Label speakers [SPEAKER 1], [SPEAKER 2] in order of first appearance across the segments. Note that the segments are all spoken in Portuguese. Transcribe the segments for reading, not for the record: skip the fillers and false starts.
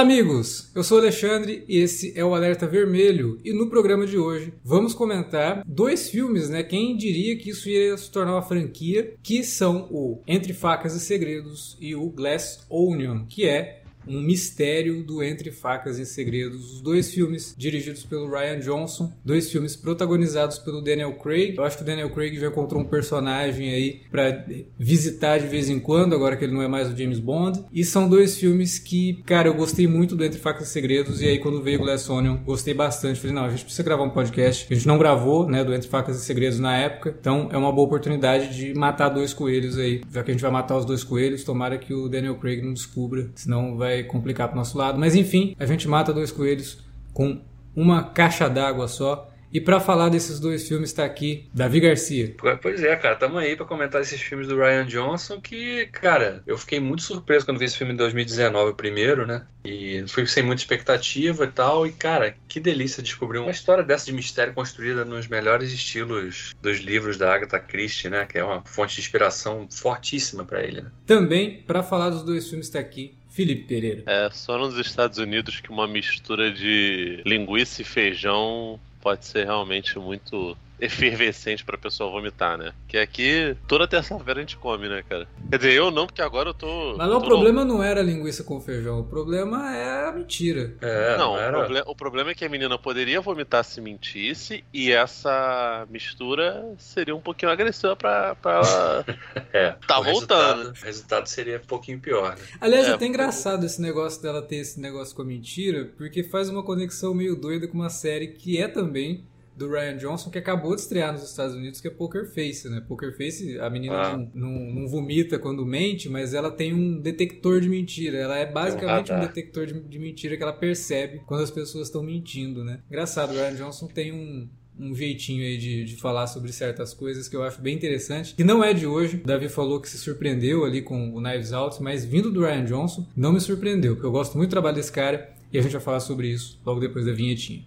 [SPEAKER 1] Olá amigos, eu sou o Alexandre e esse é o Alerta Vermelho e no programa de hoje vamos comentar dois filmes, né? Quem diria que isso ia se tornar uma franquia, que são o Entre Facas e Segredos e o Glass Onion, que é um mistério do Entre Facas e Segredos. Os dois filmes dirigidos pelo Rian Johnson, dois filmes protagonizados pelo Daniel Craig. Eu acho que o Daniel Craig já encontrou um personagem aí pra visitar de vez em quando, agora que ele não é mais o James Bond. E são dois filmes que, cara, eu gostei muito do Entre Facas e Segredos, e aí quando veio o Glass Onion, gostei bastante. Falei, não, a gente precisa gravar um podcast. A gente não gravou, né, do Entre Facas e Segredos na época, então é uma boa oportunidade de matar dois coelhos aí. Já que a gente vai matar os dois coelhos, tomara que o Daniel Craig não descubra, senão vai complicar pro nosso lado. Mas enfim, a gente mata dois coelhos com uma caixa d'água só. E pra falar desses dois filmes tá aqui Davi Garcia.
[SPEAKER 2] Pois é, cara, tamo aí pra comentar esses filmes do Rian Johnson que, cara, eu fiquei muito surpreso quando vi esse filme em 2019, o primeiro, né? E fui sem muita expectativa e tal. E, cara, que delícia descobrir uma história dessa de mistério construída nos melhores estilos dos livros da Agatha Christie, né? Que é uma fonte de inspiração fortíssima pra ele, né?
[SPEAKER 1] Também, pra falar dos dois filmes tá aqui Felipe Pereira.
[SPEAKER 3] É só nos Estados Unidos que uma mistura de linguiça e feijão pode ser realmente muito efervescente pra pessoa vomitar, né? Que aqui, toda terça-feira a gente come, né, cara? Quer dizer, eu não, porque agora eu tô...
[SPEAKER 1] Mas o problema não era a linguiça com feijão, o problema é a mentira.
[SPEAKER 3] Não era... o problema é que a menina poderia vomitar se mentisse, e essa mistura seria um pouquinho agressiva pra ela tá voltando.
[SPEAKER 2] O resultado seria um pouquinho pior, né?
[SPEAKER 1] Aliás, é até engraçado esse negócio dela ter esse negócio com a mentira, porque faz uma conexão meio doida com uma série que é também do Rian Johnson, que acabou de estrear nos Estados Unidos, que é Poker Face, né? Poker Face, a menina não vomita quando mente, mas ela tem um detector de mentira. Ela é basicamente um detector de mentira que ela percebe quando as pessoas estão mentindo, né? Engraçado, o Rian Johnson tem um jeitinho aí de falar sobre certas coisas que eu acho bem interessante, que não é de hoje. O Davi falou que se surpreendeu ali com o Knives Out, mas vindo do Rian Johnson, não me surpreendeu, porque eu gosto muito do trabalho desse cara e a gente vai falar sobre isso logo depois da vinhetinha.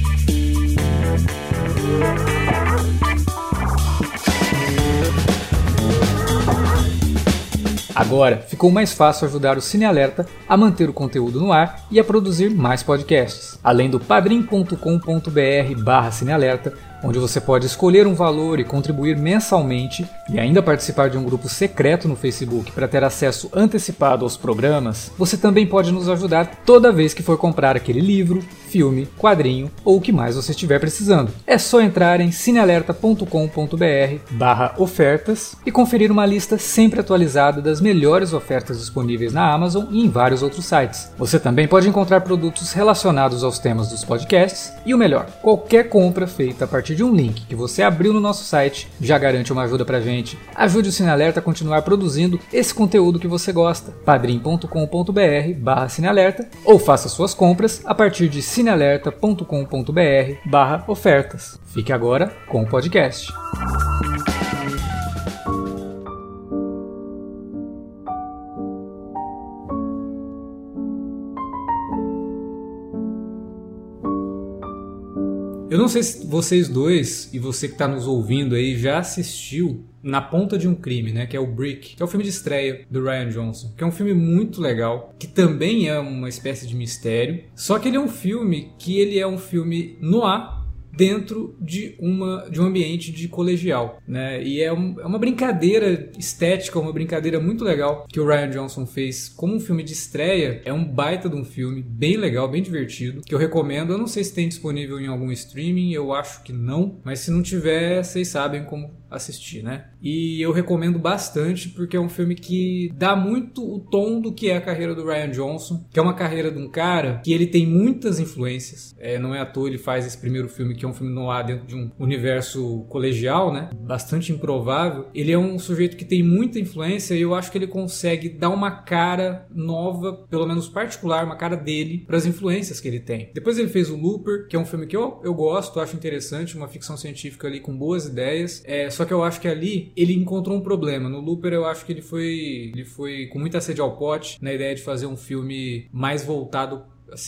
[SPEAKER 1] Agora ficou mais fácil ajudar o Cine Alerta a manter o conteúdo no ar e a produzir mais podcasts. Além do padrim.com.br/cinealerta, onde você pode escolher um valor e contribuir mensalmente e ainda participar de um grupo secreto no Facebook para ter acesso antecipado aos programas, você também pode nos ajudar toda vez que for comprar aquele livro, filme, quadrinho ou o que mais você estiver precisando. É só entrar em cinealerta.com.br/ofertas e conferir uma lista sempre atualizada das melhores ofertas disponíveis na Amazon e em vários outros sites. Você também pode encontrar produtos relacionados aos temas dos podcasts e o melhor, qualquer compra feita a partir de um link que você abriu no nosso site já garante uma ajuda pra gente. Ajude o Cine Alerta a continuar produzindo esse conteúdo que você gosta. padrim.com.br/cinealerta ou faça suas compras a partir de cinealerta.com.br/ofertas. Fique agora com o podcast. Eu não sei se vocês dois e você que está nos ouvindo aí já assistiu Na Ponta de um Crime, né? Que é o Brick, que é o filme de estreia do Rian Johnson, que é um filme muito legal, que também é uma espécie de mistério, só que ele é um filme noir dentro de um ambiente de colegial, né? E é uma brincadeira estética, uma brincadeira muito legal que o Rian Johnson fez como um filme de estreia. É um baita de um filme, bem legal, bem divertido, que eu recomendo. Eu não sei se tem disponível em algum streaming, eu acho que não, mas se não tiver, vocês sabem como assistir, né? E eu recomendo bastante porque é um filme que dá muito o tom do que é a carreira do Rian Johnson, que é uma carreira de um cara que ele tem muitas influências. Não é à toa ele faz esse primeiro filme, que é um filme noir dentro de um universo colegial, né? Bastante improvável. Ele é um sujeito que tem muita influência e eu acho que ele consegue dar uma cara nova, pelo menos particular, uma cara dele para as influências que ele tem. Depois ele fez o Looper, que é um filme que eu gosto, acho interessante, uma ficção científica ali com boas ideias. Só que eu acho que ali ele encontrou um problema. No Looper eu acho que ele foi com muita sede ao pote na ideia de fazer um filme mais voltado assim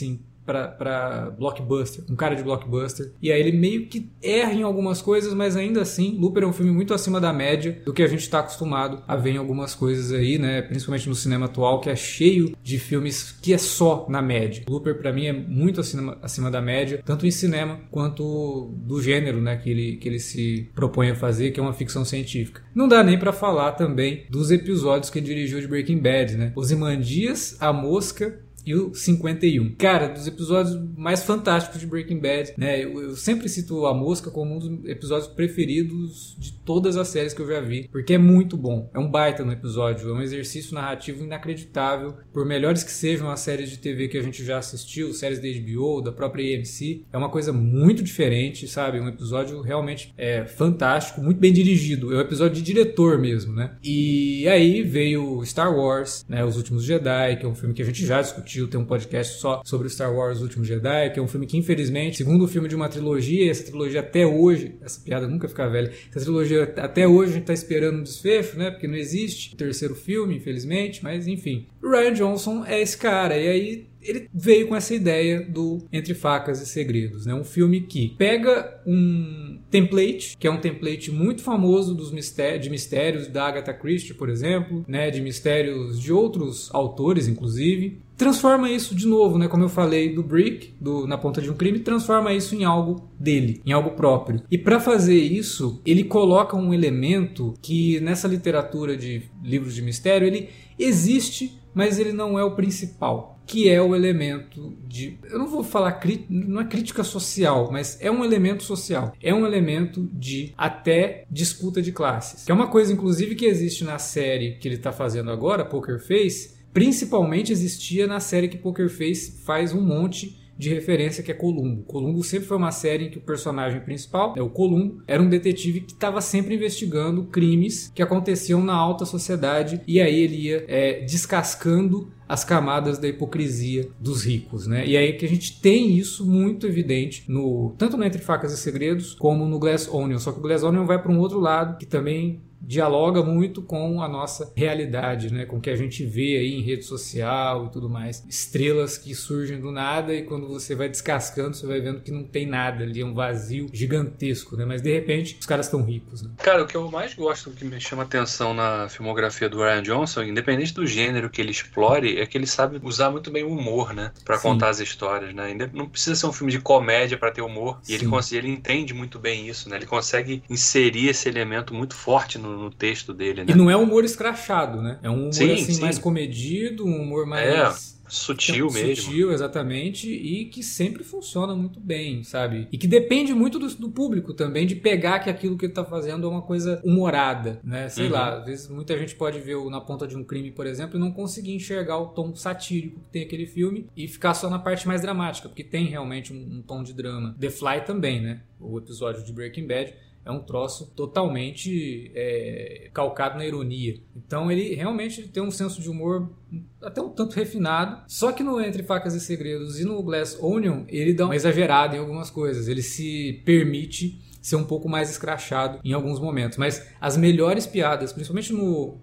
[SPEAKER 1] pra blockbuster, um cara de blockbuster. E aí ele meio que erra em algumas coisas, mas ainda assim, Looper é um filme muito acima da média do que a gente está acostumado a ver em algumas coisas aí, né? Principalmente no cinema atual, que é cheio de filmes que é só na média. Looper, pra mim, é muito acima da média, tanto em cinema quanto do gênero, né, que ele se propõe a fazer, que é uma ficção científica. Não dá nem pra falar também dos episódios que ele dirigiu de Breaking Bad, né? Ozymandias, A Mosca e o 51. Cara, dos episódios mais fantásticos de Breaking Bad, né? Eu sempre cito A Mosca como um dos episódios preferidos de todas as séries que eu já vi, porque é muito bom. É um baita no episódio, é um exercício narrativo inacreditável. Por melhores que sejam as séries de TV que a gente já assistiu, séries da HBO, da própria AMC, é uma coisa muito diferente, sabe? Um episódio realmente fantástico, muito bem dirigido. É um episódio de diretor mesmo, né? E aí veio Star Wars, né? Os Últimos Jedi, que é um filme que a gente já discutiu, tem um podcast só sobre o Star Wars Os Últimos Jedi, que é um filme que, infelizmente, segundo filme de uma trilogia, e essa trilogia até hoje, essa piada nunca fica velha, essa trilogia até hoje a gente tá esperando um desfecho, né? Porque não existe o terceiro filme, infelizmente, mas enfim. O Rian Johnson é esse cara, e aí ele veio com essa ideia do Entre Facas e Segredos, né? Um filme que pega um template, que é um template muito famoso de mistérios da Agatha Christie, por exemplo, né? De mistérios de outros autores, inclusive. Transforma isso de novo, né? Como eu falei do Brick, Na Ponta de um Crime, transforma isso em algo dele, em algo próprio. E para fazer isso, ele coloca um elemento que nessa literatura de livros de mistério, ele existe, mas ele não é o principal, que é o elemento de... Eu não vou falar... Não é crítica social, mas é um elemento social. É um elemento de até disputa de classes. Que é uma coisa, inclusive, que existe na série que ele está fazendo agora, Poker Face. Principalmente existia na série que Poker Face faz um monte de referência, que é Columbo. Columbo sempre foi uma série em que o personagem principal, o Columbo, era um detetive que estava sempre investigando crimes que aconteciam na alta sociedade, e aí ele ia descascando as camadas da hipocrisia dos ricos, né? E aí que a gente tem isso muito evidente tanto no Entre Facas e Segredos como no Glass Onion. Só que o Glass Onion vai para um outro lado que também dialoga muito com a nossa realidade, né? Com o que a gente vê aí em rede social e tudo mais. Estrelas que surgem do nada, e quando você vai descascando, você vai vendo que não tem nada ali, é um vazio gigantesco, né? Mas de repente os caras estão ricos, né?
[SPEAKER 2] Cara, o que eu mais gosto, que me chama atenção na filmografia do Rian Johnson, independente do gênero que ele explore, é que ele sabe usar muito bem o humor, né? Pra contar as histórias, né? Não precisa ser um filme de comédia pra ter humor. E ele entende muito bem isso, né? Ele consegue inserir esse elemento muito forte no texto dele, né?
[SPEAKER 1] E não é um humor escrachado, né? É um humor mais comedido, um humor mais...
[SPEAKER 2] Sutil mesmo.
[SPEAKER 1] Sutil, exatamente, e que sempre funciona muito bem, sabe? E que depende muito do público também, de pegar que aquilo que ele tá fazendo é uma coisa humorada, né? Sei lá, às vezes muita gente pode ver Na Ponta de um Crime, por exemplo, e não conseguir enxergar o tom satírico que tem aquele filme e ficar só na parte mais dramática, porque tem realmente um tom de drama. The Fly também, né? O episódio de Breaking Bad é um troço totalmente calcado na ironia. Então ele realmente tem um senso de humor até um tanto refinado. Só que no Entre Facas e Segredos e no Glass Onion, ele dá uma exagerada em algumas coisas. Ele se permite ser um pouco mais escrachado em alguns momentos. Mas as melhores piadas, principalmente no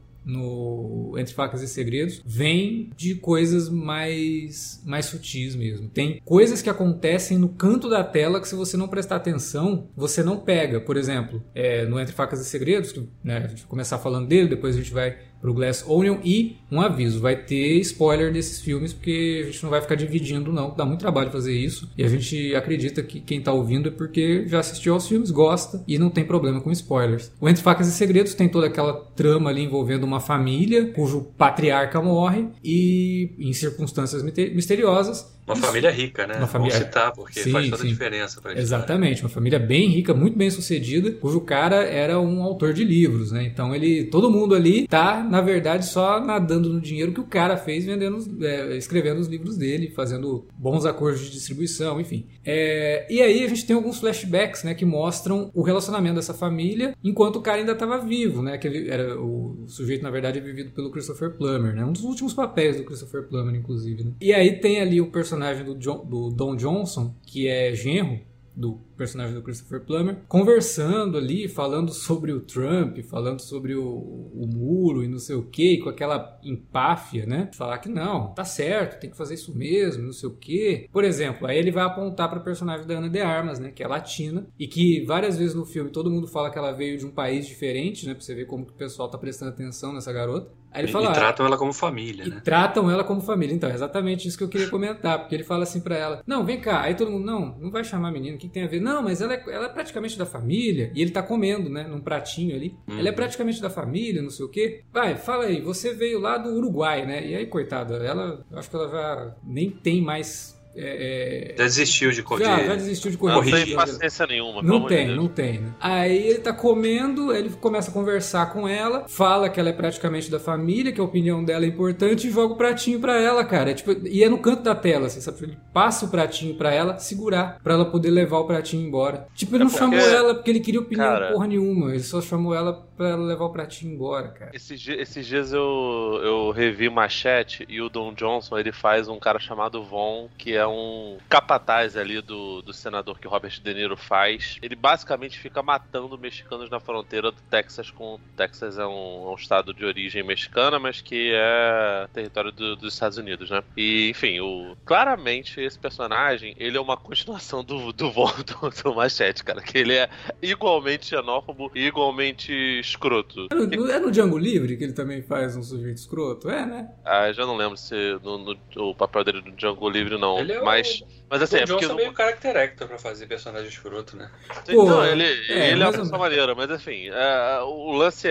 [SPEAKER 1] Entre Facas e Segredos, vem de coisas mais sutis mesmo. Tem coisas que acontecem no canto da tela que, se você não prestar atenção, você não pega. Por exemplo, no Entre Facas e Segredos, que, né, a gente vai começar falando dele, depois a gente vai pro Glass Onion, e um aviso, vai ter spoiler desses filmes, porque a gente não vai ficar dividindo não, dá muito trabalho fazer isso, e a gente acredita que quem tá ouvindo é porque já assistiu aos filmes, gosta, e não tem problema com spoilers. O Entre Facas e Segredos tem toda aquela trama ali envolvendo uma família cujo patriarca morre, e em circunstâncias misteriosas.
[SPEAKER 2] Uma família rica, né? Vamos citar, porque faz toda a diferença pra gente.
[SPEAKER 1] Exatamente, uma família bem rica, muito bem sucedida, cujo cara era um autor de livros, né? Então todo mundo ali tá, na verdade, só nadando no dinheiro que o cara fez escrevendo os livros dele, fazendo bons acordos de distribuição, enfim. E aí a gente tem alguns flashbacks, né, que mostram o relacionamento dessa família enquanto o cara ainda estava vivo, né? Que ele era o sujeito, na verdade, é vivido pelo Christopher Plummer, né? Um dos últimos papéis do Christopher Plummer, inclusive, né? E aí tem ali o personagem do Don Johnson, que é genro do personagem do Christopher Plummer, conversando ali, falando sobre o Trump, falando sobre o muro e não sei o que, com aquela empáfia, né? Falar que não, tá certo, tem que fazer isso mesmo, não sei o que. Por exemplo, aí ele vai apontar para o personagem da Ana de Armas, né? Que é latina e que várias vezes no filme todo mundo fala que ela veio de um país diferente, né? Pra você ver como que o pessoal tá prestando atenção nessa garota. Aí ele fala,
[SPEAKER 2] e tratam ela como família, né?
[SPEAKER 1] E tratam ela como família. Então, é exatamente isso que eu queria comentar. Porque ele fala assim pra ela, não, vem cá. Aí todo mundo, não vai chamar a menina, o que tem a ver? Não, mas ela é praticamente da família. E ele tá comendo, né, num pratinho ali. Ela é praticamente da família, não sei o quê. Vai, fala aí, você veio lá do Uruguai, né? E aí, coitada, eu acho que ela já nem tem mais...
[SPEAKER 2] Já desistiu de correr.
[SPEAKER 1] Já desistiu de correr.
[SPEAKER 3] Não tem paciência nenhuma.
[SPEAKER 1] Não tem. Né? Aí ele tá comendo, ele começa a conversar com ela, fala que ela é praticamente da família, que a opinião dela é importante e joga o pratinho pra ela, cara. E é no canto da tela, assim, sabe? Ele passa o pratinho pra ela, segurar, pra ela poder levar o pratinho embora. Tipo, ele não chamou ela porque ele queria opinião porra nenhuma. Ele só chamou ela pra ela levar o pratinho embora, cara.
[SPEAKER 3] Esses dias eu revi Machete e o Don Johnson, ele faz um cara chamado Von, que é um capataz ali do senador que o Robert De Niro faz. Ele basicamente fica matando mexicanos na fronteira do Texas com... Texas é um estado de origem mexicana, mas que é território dos Estados Unidos, né? E, enfim, claramente esse personagem, ele é uma continuação do Von do Machete, cara, que ele é igualmente xenófobo e igualmente escroto.
[SPEAKER 1] É no Django Livre que ele também faz um sujeito escroto? É, né?
[SPEAKER 3] Já não lembro se o papel dele no Django Livre, não.
[SPEAKER 2] Ele é
[SPEAKER 3] mas assim,
[SPEAKER 2] o Johnson é meio character actor pra fazer personagem escroto, né?
[SPEAKER 3] Não, ele é uma pessoa maneira, mas enfim, o lance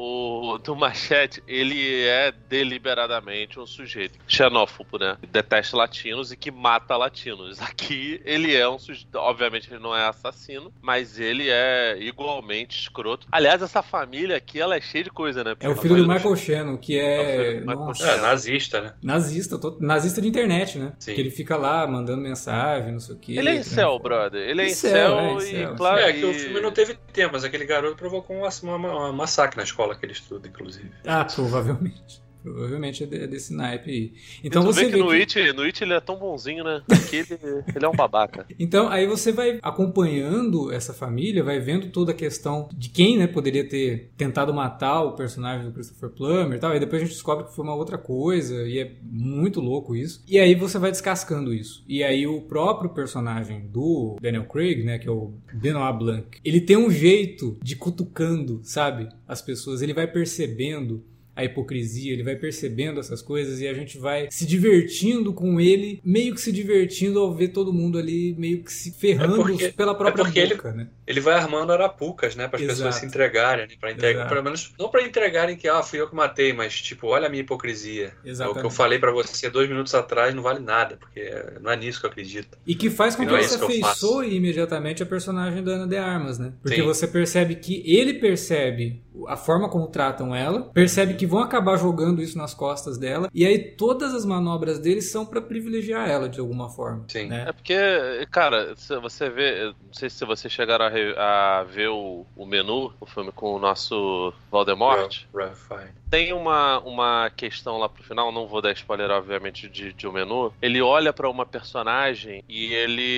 [SPEAKER 3] o do Machete, ele é deliberadamente um sujeito xenófobo, né? Detesta latinos e que mata latinos. Aqui, ele é um sujeito, obviamente ele não é assassino, mas ele é igualmente escroto. Aliás, essa família aqui, ela é cheia de coisa, né?
[SPEAKER 1] É o filho do Michael Shannon, que é...
[SPEAKER 2] nazista, né?
[SPEAKER 1] Nazista de internet, né?
[SPEAKER 2] Sim.
[SPEAKER 1] Que ele fica lá mandando mensagem, não sei o quê.
[SPEAKER 3] Ele é incel, brother. Ele é incel e, claro...
[SPEAKER 2] que o filme não teve tempo, mas aquele garoto provocou um massacre na escola que ele estuda, inclusive.
[SPEAKER 1] Provavelmente. Provavelmente é desse naipe aí. Então
[SPEAKER 3] você
[SPEAKER 1] vê
[SPEAKER 3] que no It ele é tão bonzinho, né? Aqui ele é um babaca.
[SPEAKER 1] Então aí você vai acompanhando essa família, vai vendo toda a questão de quem, né, poderia ter tentado matar o personagem do Christopher Plummer e tal. Aí depois a gente descobre que foi uma outra coisa e é muito louco isso. E aí você vai descascando isso. E aí o próprio personagem do Daniel Craig, né, que é o Benoit Blanc, ele tem um jeito de cutucando, sabe, as pessoas. Ele vai percebendo a hipocrisia, ele vai percebendo essas coisas e a gente vai se divertindo com ele, meio que se divertindo ao ver todo mundo ali meio que se ferrando pela própria boca, né?
[SPEAKER 2] Ele vai armando arapucas, né, para as pessoas se entregarem, né, pelo menos não para entregarem que fui eu que matei, mas tipo, olha a minha hipocrisia.
[SPEAKER 1] Exatamente.
[SPEAKER 2] O que eu falei para você 2 minutos atrás não vale nada, porque não é nisso que eu acredito.
[SPEAKER 1] E que faz com que você afeiçoe imediatamente a personagem da Ana de Armas, né? Porque você percebe que ele percebe a forma como tratam ela, percebe que vão acabar jogando isso nas costas dela, e aí todas as manobras deles são pra privilegiar ela de alguma forma.
[SPEAKER 2] Sim.
[SPEAKER 1] Né?
[SPEAKER 3] É porque, cara, você vê, não sei se vocês chegaram a ver o menu, o filme com o nosso Voldemort. Tem uma questão lá pro final, não vou dar spoiler, obviamente, de um menu. Ele olha pra uma personagem e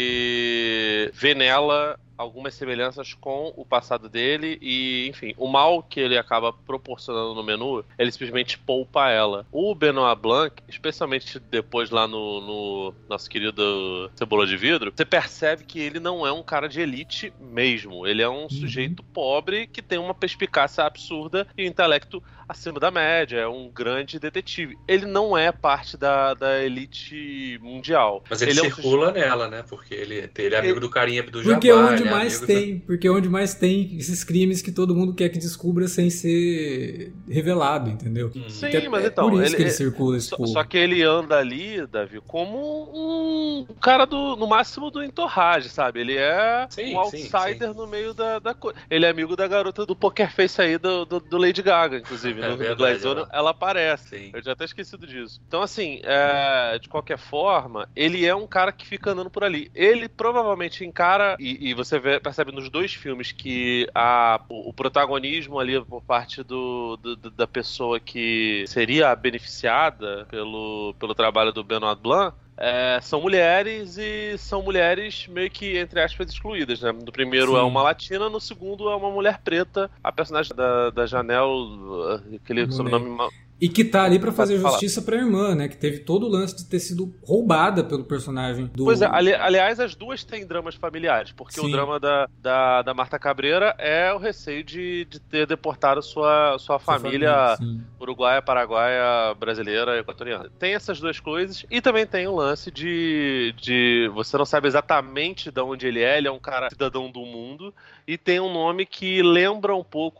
[SPEAKER 3] ele vê nela algumas semelhanças com o passado dele e, enfim, o mal que ele acaba proporcionando no menu, ele simplesmente poupa ela. O Benoit Blanc, especialmente depois lá no nosso querido Cebola de Vidro, você percebe que ele não é um cara de elite mesmo. Ele é um sujeito pobre que tem uma perspicácia absurda e um intelecto acima da média, é um grande detetive. Ele não é parte da elite mundial.
[SPEAKER 2] Mas ele circula nela, né? Porque ele é amigo do carinha do Jabá.
[SPEAKER 1] Porque é onde mais tem esses crimes que todo mundo quer que descubra sem ser revelado, entendeu?
[SPEAKER 3] Sim,
[SPEAKER 1] então,
[SPEAKER 3] mas então...
[SPEAKER 1] Por isso que ele circula esse povo.
[SPEAKER 3] Só que ele anda ali, Davi, como um cara no máximo do entorrage, sabe? Ele é um outsider no meio da coisa. Ele é amigo da garota do Poker Face aí, do Lady Gaga, inclusive. No Glazone ela aparece.
[SPEAKER 2] Sim.
[SPEAKER 3] Eu já até esquecido disso. Então, assim, de qualquer forma, ele é um cara que fica andando por ali. Ele provavelmente encara, e você percebe nos 2 filmes que o protagonismo ali por parte da pessoa que seria beneficiada pelo trabalho do Benoit Blanc são mulheres e são mulheres meio que, entre aspas, excluídas, né? No primeiro
[SPEAKER 1] Sim.
[SPEAKER 3] é uma latina, no segundo é uma mulher preta, a personagem da Janelle, aquele
[SPEAKER 1] Monáe.
[SPEAKER 3] sobrenome...
[SPEAKER 1] E que tá ali pra fazer
[SPEAKER 3] Fala.
[SPEAKER 1] justiça pra irmã, né? Que teve todo o lance de ter sido roubada pelo personagem do...
[SPEAKER 3] Pois é, aliás, as duas têm dramas familiares, porque
[SPEAKER 1] Sim.
[SPEAKER 3] o drama da Marta Cabreira é o receio de ter deportado sua família
[SPEAKER 1] sim.
[SPEAKER 3] uruguaia, paraguaia, brasileira, equatoriana. Tem essas duas coisas, e também tem o lance de você não sabe exatamente de onde ele é um cara cidadão do mundo, e tem um nome que lembra um pouco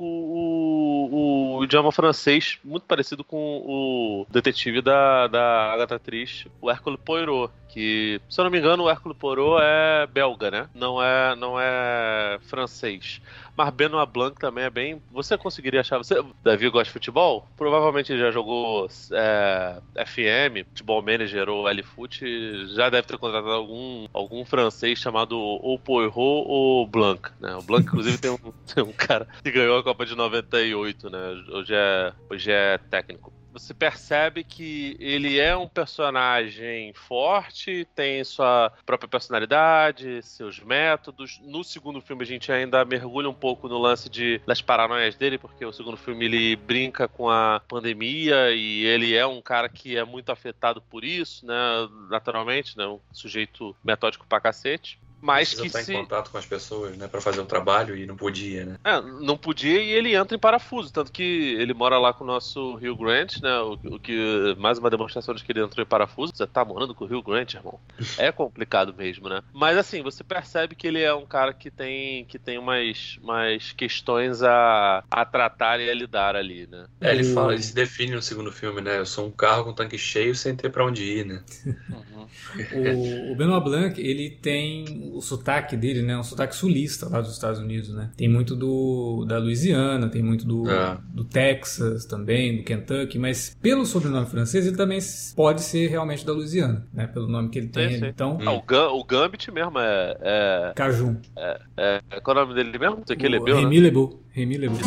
[SPEAKER 3] o idioma francês, muito parecido com o detetive da Agatha Christie, o Hercule Poirot, que, se eu não me engano, o Hercule Poirot é belga, né? Não é francês. Mas Benoit Blanc também é bem... Você conseguiria achar... Davi gosta de futebol? Provavelmente ele já jogou FM, Futebol Manager ou LFoot. Já deve ter contratado algum francês chamado ou Poirot ou Blanc, né? O Blanc, inclusive, tem um cara que ganhou a Copa de 98, né? Hoje é técnico. Você percebe que ele é um personagem forte, tem sua própria personalidade, seus métodos. No segundo filme a gente ainda mergulha um pouco no lance das paranoias dele, porque o segundo filme ele brinca com a pandemia e ele é um cara que é muito afetado por isso, né? Naturalmente, né? Um sujeito metódico pra cacete. Mas
[SPEAKER 2] precisa
[SPEAKER 3] que
[SPEAKER 2] estar em contato com as pessoas, né, pra fazer um trabalho e não podia, né?
[SPEAKER 3] Não podia e ele entra em parafuso, tanto que ele mora lá com o nosso Hugh Grant, né, o que mais uma demonstração de que ele entrou em parafuso. Você tá morando com o Hugh Grant, irmão? É complicado mesmo, né? Mas assim, você percebe que ele é um cara que tem umas questões a tratar e a lidar ali, né?
[SPEAKER 2] Ele se define no segundo filme, né? Eu sou um carro com tanque cheio sem ter pra onde ir, né?
[SPEAKER 1] O Benoit Blanc, ele tem o sotaque dele, né? Um sotaque sulista lá dos Estados Unidos, né? Tem muito da Louisiana, tem muito do Texas também, do Kentucky, mas pelo sobrenome francês ele também pode ser realmente da Louisiana, né? Pelo nome que ele tem.
[SPEAKER 3] Sim.
[SPEAKER 1] Então,
[SPEAKER 3] o Gambit mesmo é
[SPEAKER 1] Cajun.
[SPEAKER 3] Qual é o nome dele mesmo? Aquele
[SPEAKER 1] Remy Lebeau. Remy Lebeau.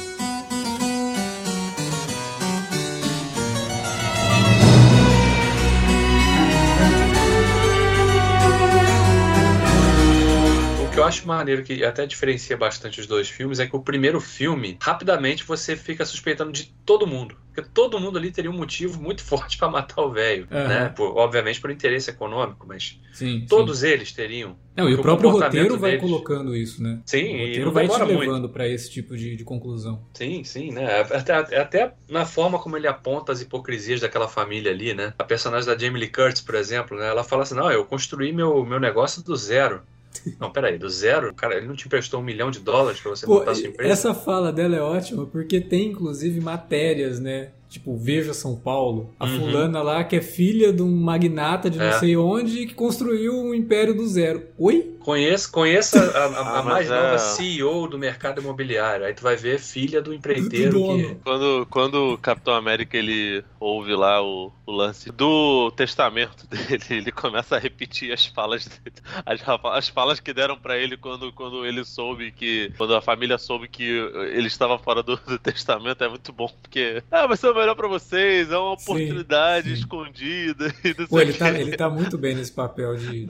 [SPEAKER 2] Eu acho maneiro que até diferencia bastante os dois filmes é que o primeiro filme, rapidamente você fica suspeitando de todo mundo. Porque todo mundo ali teria um motivo muito forte pra matar o velho, né? Obviamente por interesse econômico, mas todos eles teriam.
[SPEAKER 1] Não, e o próprio roteiro vai colocando isso, né?
[SPEAKER 2] Sim,
[SPEAKER 1] o roteiro vai te levando pra esse tipo de conclusão.
[SPEAKER 2] Sim, né? Até na forma como ele aponta as hipocrisias daquela família ali, né? A personagem da Jamie Lee Curtis, por exemplo, né? Ela fala assim, não, eu construí meu negócio do zero. Não, peraí, do zero? Cara, ele não te emprestou $1 milhão pra você montar sua empresa?
[SPEAKER 1] Essa fala dela é ótima, porque tem inclusive matérias, né? Tipo, Veja São Paulo. A fulana lá que é filha de um magnata de não sei onde que construiu um império do zero. Oi?
[SPEAKER 2] Conheça a mais nova CEO do mercado imobiliário. Aí tu vai ver filha do empreiteiro que...
[SPEAKER 3] Quando o Capitão América ele ouve lá o lance do testamento dele, ele começa a repetir as falas dele, as falas que deram pra ele quando ele soube que... Quando a família soube que ele estava fora do testamento. É muito bom, porque... vai ser o melhor pra vocês, é uma oportunidade escondida. E não sei
[SPEAKER 1] ele tá muito bem nesse papel de...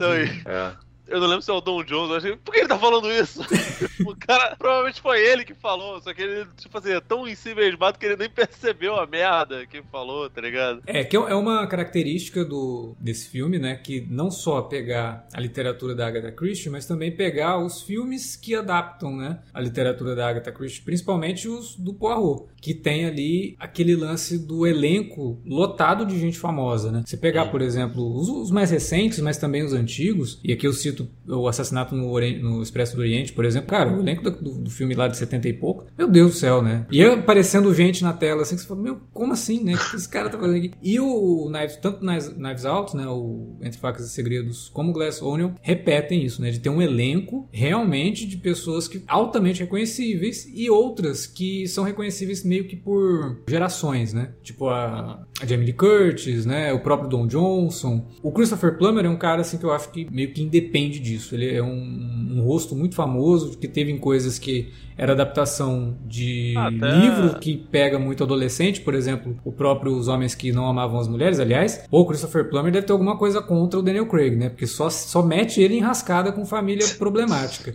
[SPEAKER 3] Eu não lembro se é o Don Jones, eu achei, por que ele tá falando isso? O cara, provavelmente foi ele que falou, só que ele, tipo assim, é tão em si mesmado que ele nem percebeu a merda que falou, tá ligado?
[SPEAKER 1] Que é uma característica desse filme, né, que não só pegar a literatura da Agatha Christie, mas também pegar os filmes que adaptam, né, a literatura da Agatha Christie, principalmente os do Poirot, que tem ali aquele lance do elenco lotado de gente famosa, né? Você pegar, por exemplo, os mais recentes, mas também os antigos, e aqui eu cito o Assassinato no Expresso do Oriente, por exemplo. Cara, o elenco do filme lá de 70 e pouco, meu Deus do céu, né? E aparecendo gente na tela, assim, que você fala, meu, como assim, né? O que esse cara tá fazendo aqui? E tanto Knives Out, né, o Entre Facas e Segredos, como Glass Onion, repetem isso, né? De ter um elenco realmente de pessoas que altamente reconhecíveis e outras que são reconhecíveis meio que por gerações, né? Tipo a Jamie Lee Curtis, né? O próprio Don Johnson. O Christopher Plummer é um cara, assim, que eu acho que meio que independe entende disso. Ele é um rosto muito famoso, que teve em coisas que era adaptação de livro que pega muito adolescente, por exemplo, o próprio Os Homens que Não Amavam as Mulheres, aliás. Ou o Christopher Plummer deve ter alguma coisa contra o Daniel Craig, né? Porque só mete ele em rascada com família problemática.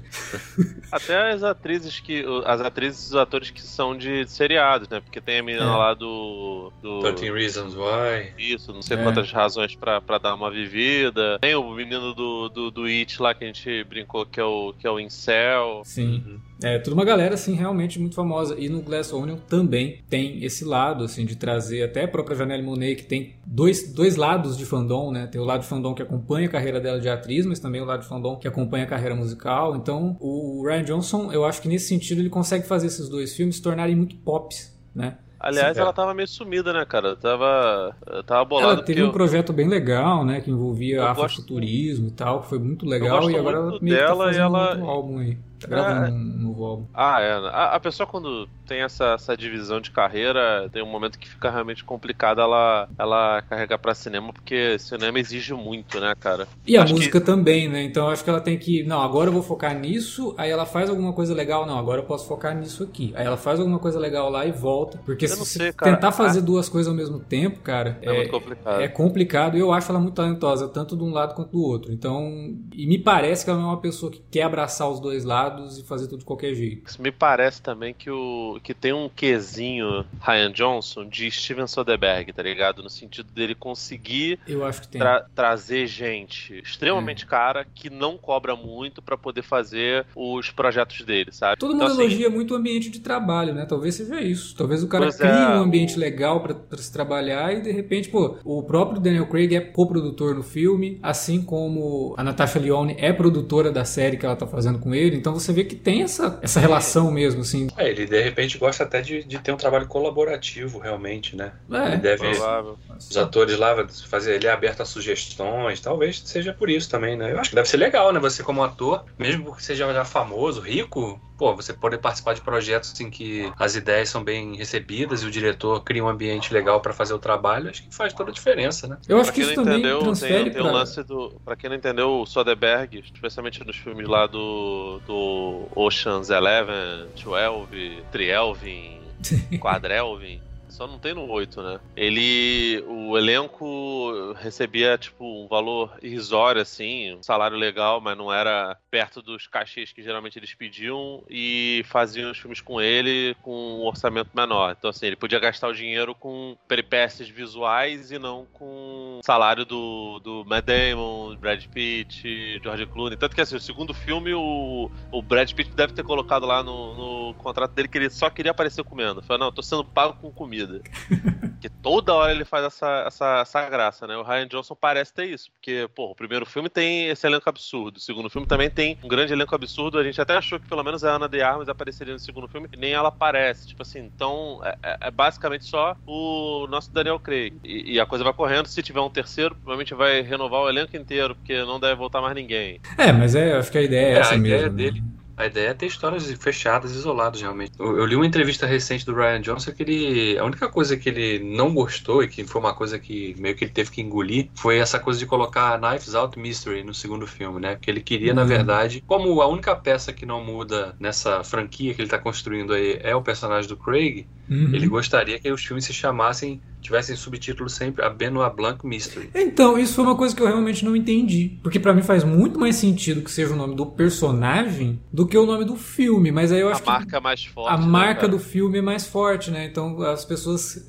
[SPEAKER 3] Até as atrizes e os atores que são de seriados, né? Porque tem a menina lá do
[SPEAKER 2] 13 Reasons Why.
[SPEAKER 3] Isso, não sei quantas razões pra dar uma vivida. Tem o menino do It lá que a gente brincou que é o Incel.
[SPEAKER 1] Sim. É, tudo uma galera, assim, realmente muito famosa. E no Glass Onion também tem esse lado, assim, de trazer até a própria Janelle Monáe, que tem dois lados de fandom, né? Tem o lado de fandom que acompanha a carreira dela de atriz, mas também o lado de fandom que acompanha a carreira musical. Então, o Rian Johnson, eu acho que nesse sentido ele consegue fazer esses dois filmes se tornarem muito pops, né?
[SPEAKER 3] Aliás, ela tava meio sumida, né, cara? Tava bolada.
[SPEAKER 1] Ela teve um projeto bem legal, né? Que envolvia afrofuturismo e tal, que foi muito legal. E agora ela meio que tá fazendo um outro álbum aí. Tá gravando um novo álbum.
[SPEAKER 3] A pessoa quando tem essa divisão de carreira, tem um momento que fica realmente complicado ela carregar pra cinema, porque cinema exige muito, né, cara?
[SPEAKER 1] E a música também, né? Então eu acho que ela tem que... Não, agora eu vou focar nisso, aí ela faz alguma coisa legal. Não, agora eu posso focar nisso aqui. Aí ela faz alguma coisa legal lá e volta. Porque se tentar fazer duas coisas ao mesmo tempo, cara,
[SPEAKER 3] muito complicado.
[SPEAKER 1] É complicado. E eu acho ela muito talentosa, tanto de um lado quanto do outro. Então, e me parece que ela não é uma pessoa que quer abraçar os dois lados e fazer tudo de qualquer jeito.
[SPEAKER 3] Me parece também que tem um quesinho Rian Johnson de Steven Soderbergh, tá ligado? No sentido dele conseguir
[SPEAKER 1] eu acho que tem.
[SPEAKER 3] Trazer gente extremamente cara que não cobra muito pra poder fazer os projetos dele, sabe?
[SPEAKER 1] Todo mundo elogia muito o ambiente de trabalho, né? Talvez seja isso. Talvez o cara crie um ambiente legal pra se trabalhar e de repente, o próprio Daniel Craig é coprodutor no filme, assim como a Natasha Lyonne é produtora da série que ela tá fazendo com ele. Então você vê que tem essa relação mesmo, assim.
[SPEAKER 2] Ele de repente gosta até de ter um trabalho colaborativo, realmente, né? Ele deve... Os atores lá, ele é aberto a sugestões, talvez seja por isso também, né? Eu acho que deve ser legal, né? Você como ator, mesmo que seja já famoso, rico, você poder participar de projetos em que as ideias são bem recebidas e o diretor cria um ambiente legal pra fazer o trabalho, acho que faz toda a diferença, né?
[SPEAKER 1] Eu acho que isso também transfere
[SPEAKER 3] tem um lance pra quem não entendeu, o Soderbergh, especialmente nos filmes lá do Ocean's 11, 12, Trielvin, Quadrelvin, só não tem no 8, né? O elenco recebia, um valor irrisório, assim, um salário legal, mas não era perto dos cachês que geralmente eles pediam, e faziam os filmes com ele com um orçamento menor. Então, assim, ele podia gastar o dinheiro com peripécias visuais e não com salário do Matt Damon, Brad Pitt, George Clooney. Tanto que, assim, o segundo filme, o Brad Pitt deve ter colocado lá no contrato dele que ele só queria aparecer comendo. Falei, não, eu tô sendo pago com comida. Porque toda hora ele faz essa graça, né? O Rian Johnson parece ter isso, porque, o primeiro filme tem esse elenco absurdo, o segundo filme também tem um grande elenco absurdo, a gente até achou que pelo menos a Ana de Armas apareceria no segundo filme, e nem ela aparece, então é basicamente só o nosso Daniel Craig, e a coisa vai correndo, se tiver um terceiro, provavelmente vai renovar o elenco inteiro, porque não deve voltar mais ninguém.
[SPEAKER 1] Mas acho que a ideia é essa mesmo.
[SPEAKER 2] A ideia dele... A ideia é ter histórias fechadas, isoladas, realmente. Eu li uma entrevista recente do Rian Johnson que a única coisa que ele não gostou e que foi uma coisa que meio que ele teve que engolir foi essa coisa de colocar Knives Out Mystery no segundo filme, né? Que ele queria, na verdade, como a única peça que não muda nessa franquia que ele tá construindo aí é o personagem do Craig, ele gostaria que os filmes se tivessem subtítulo sempre a Benoit Blanc Mystery.
[SPEAKER 1] Então, isso foi uma coisa que eu realmente não entendi. Porque pra mim faz muito mais sentido que seja o nome do personagem do que o nome do filme. Mas aí eu acho que...
[SPEAKER 3] A marca mais forte.
[SPEAKER 1] A marca do filme é mais forte, né? Então as pessoas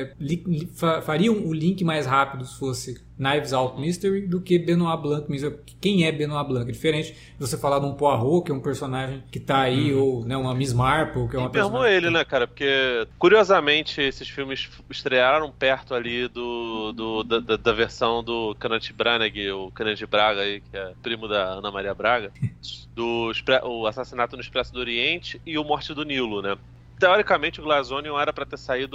[SPEAKER 1] fariam o link mais rápido se fosse Knives Out Mystery do que Benoit Blanc Mystery. Quem é Benoit Blanc? É diferente de você falar de um Poirot, que é um personagem que tá aí, ou né, uma Miss Marple, que é uma personagem...
[SPEAKER 3] ele, né, cara? Porque, curiosamente, esses filmes estrearam perto ali da versão do Kenneth Branagh, o Kenneth Braga aí, que é primo da Ana Maria Braga, o Assassinato no Expresso do Oriente e o Morte do Nilo, né? Teoricamente, o Glass Onion era pra ter saído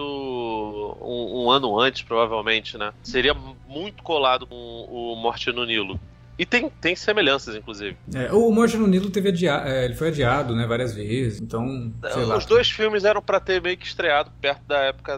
[SPEAKER 3] um ano antes, provavelmente, né? Seria muito colado com o Morte no Nilo. E tem semelhanças, inclusive.
[SPEAKER 1] O Morte no Nilo ele foi adiado, né, várias vezes, então, sei lá.
[SPEAKER 3] Os dois filmes eram pra ter meio que estreado perto da época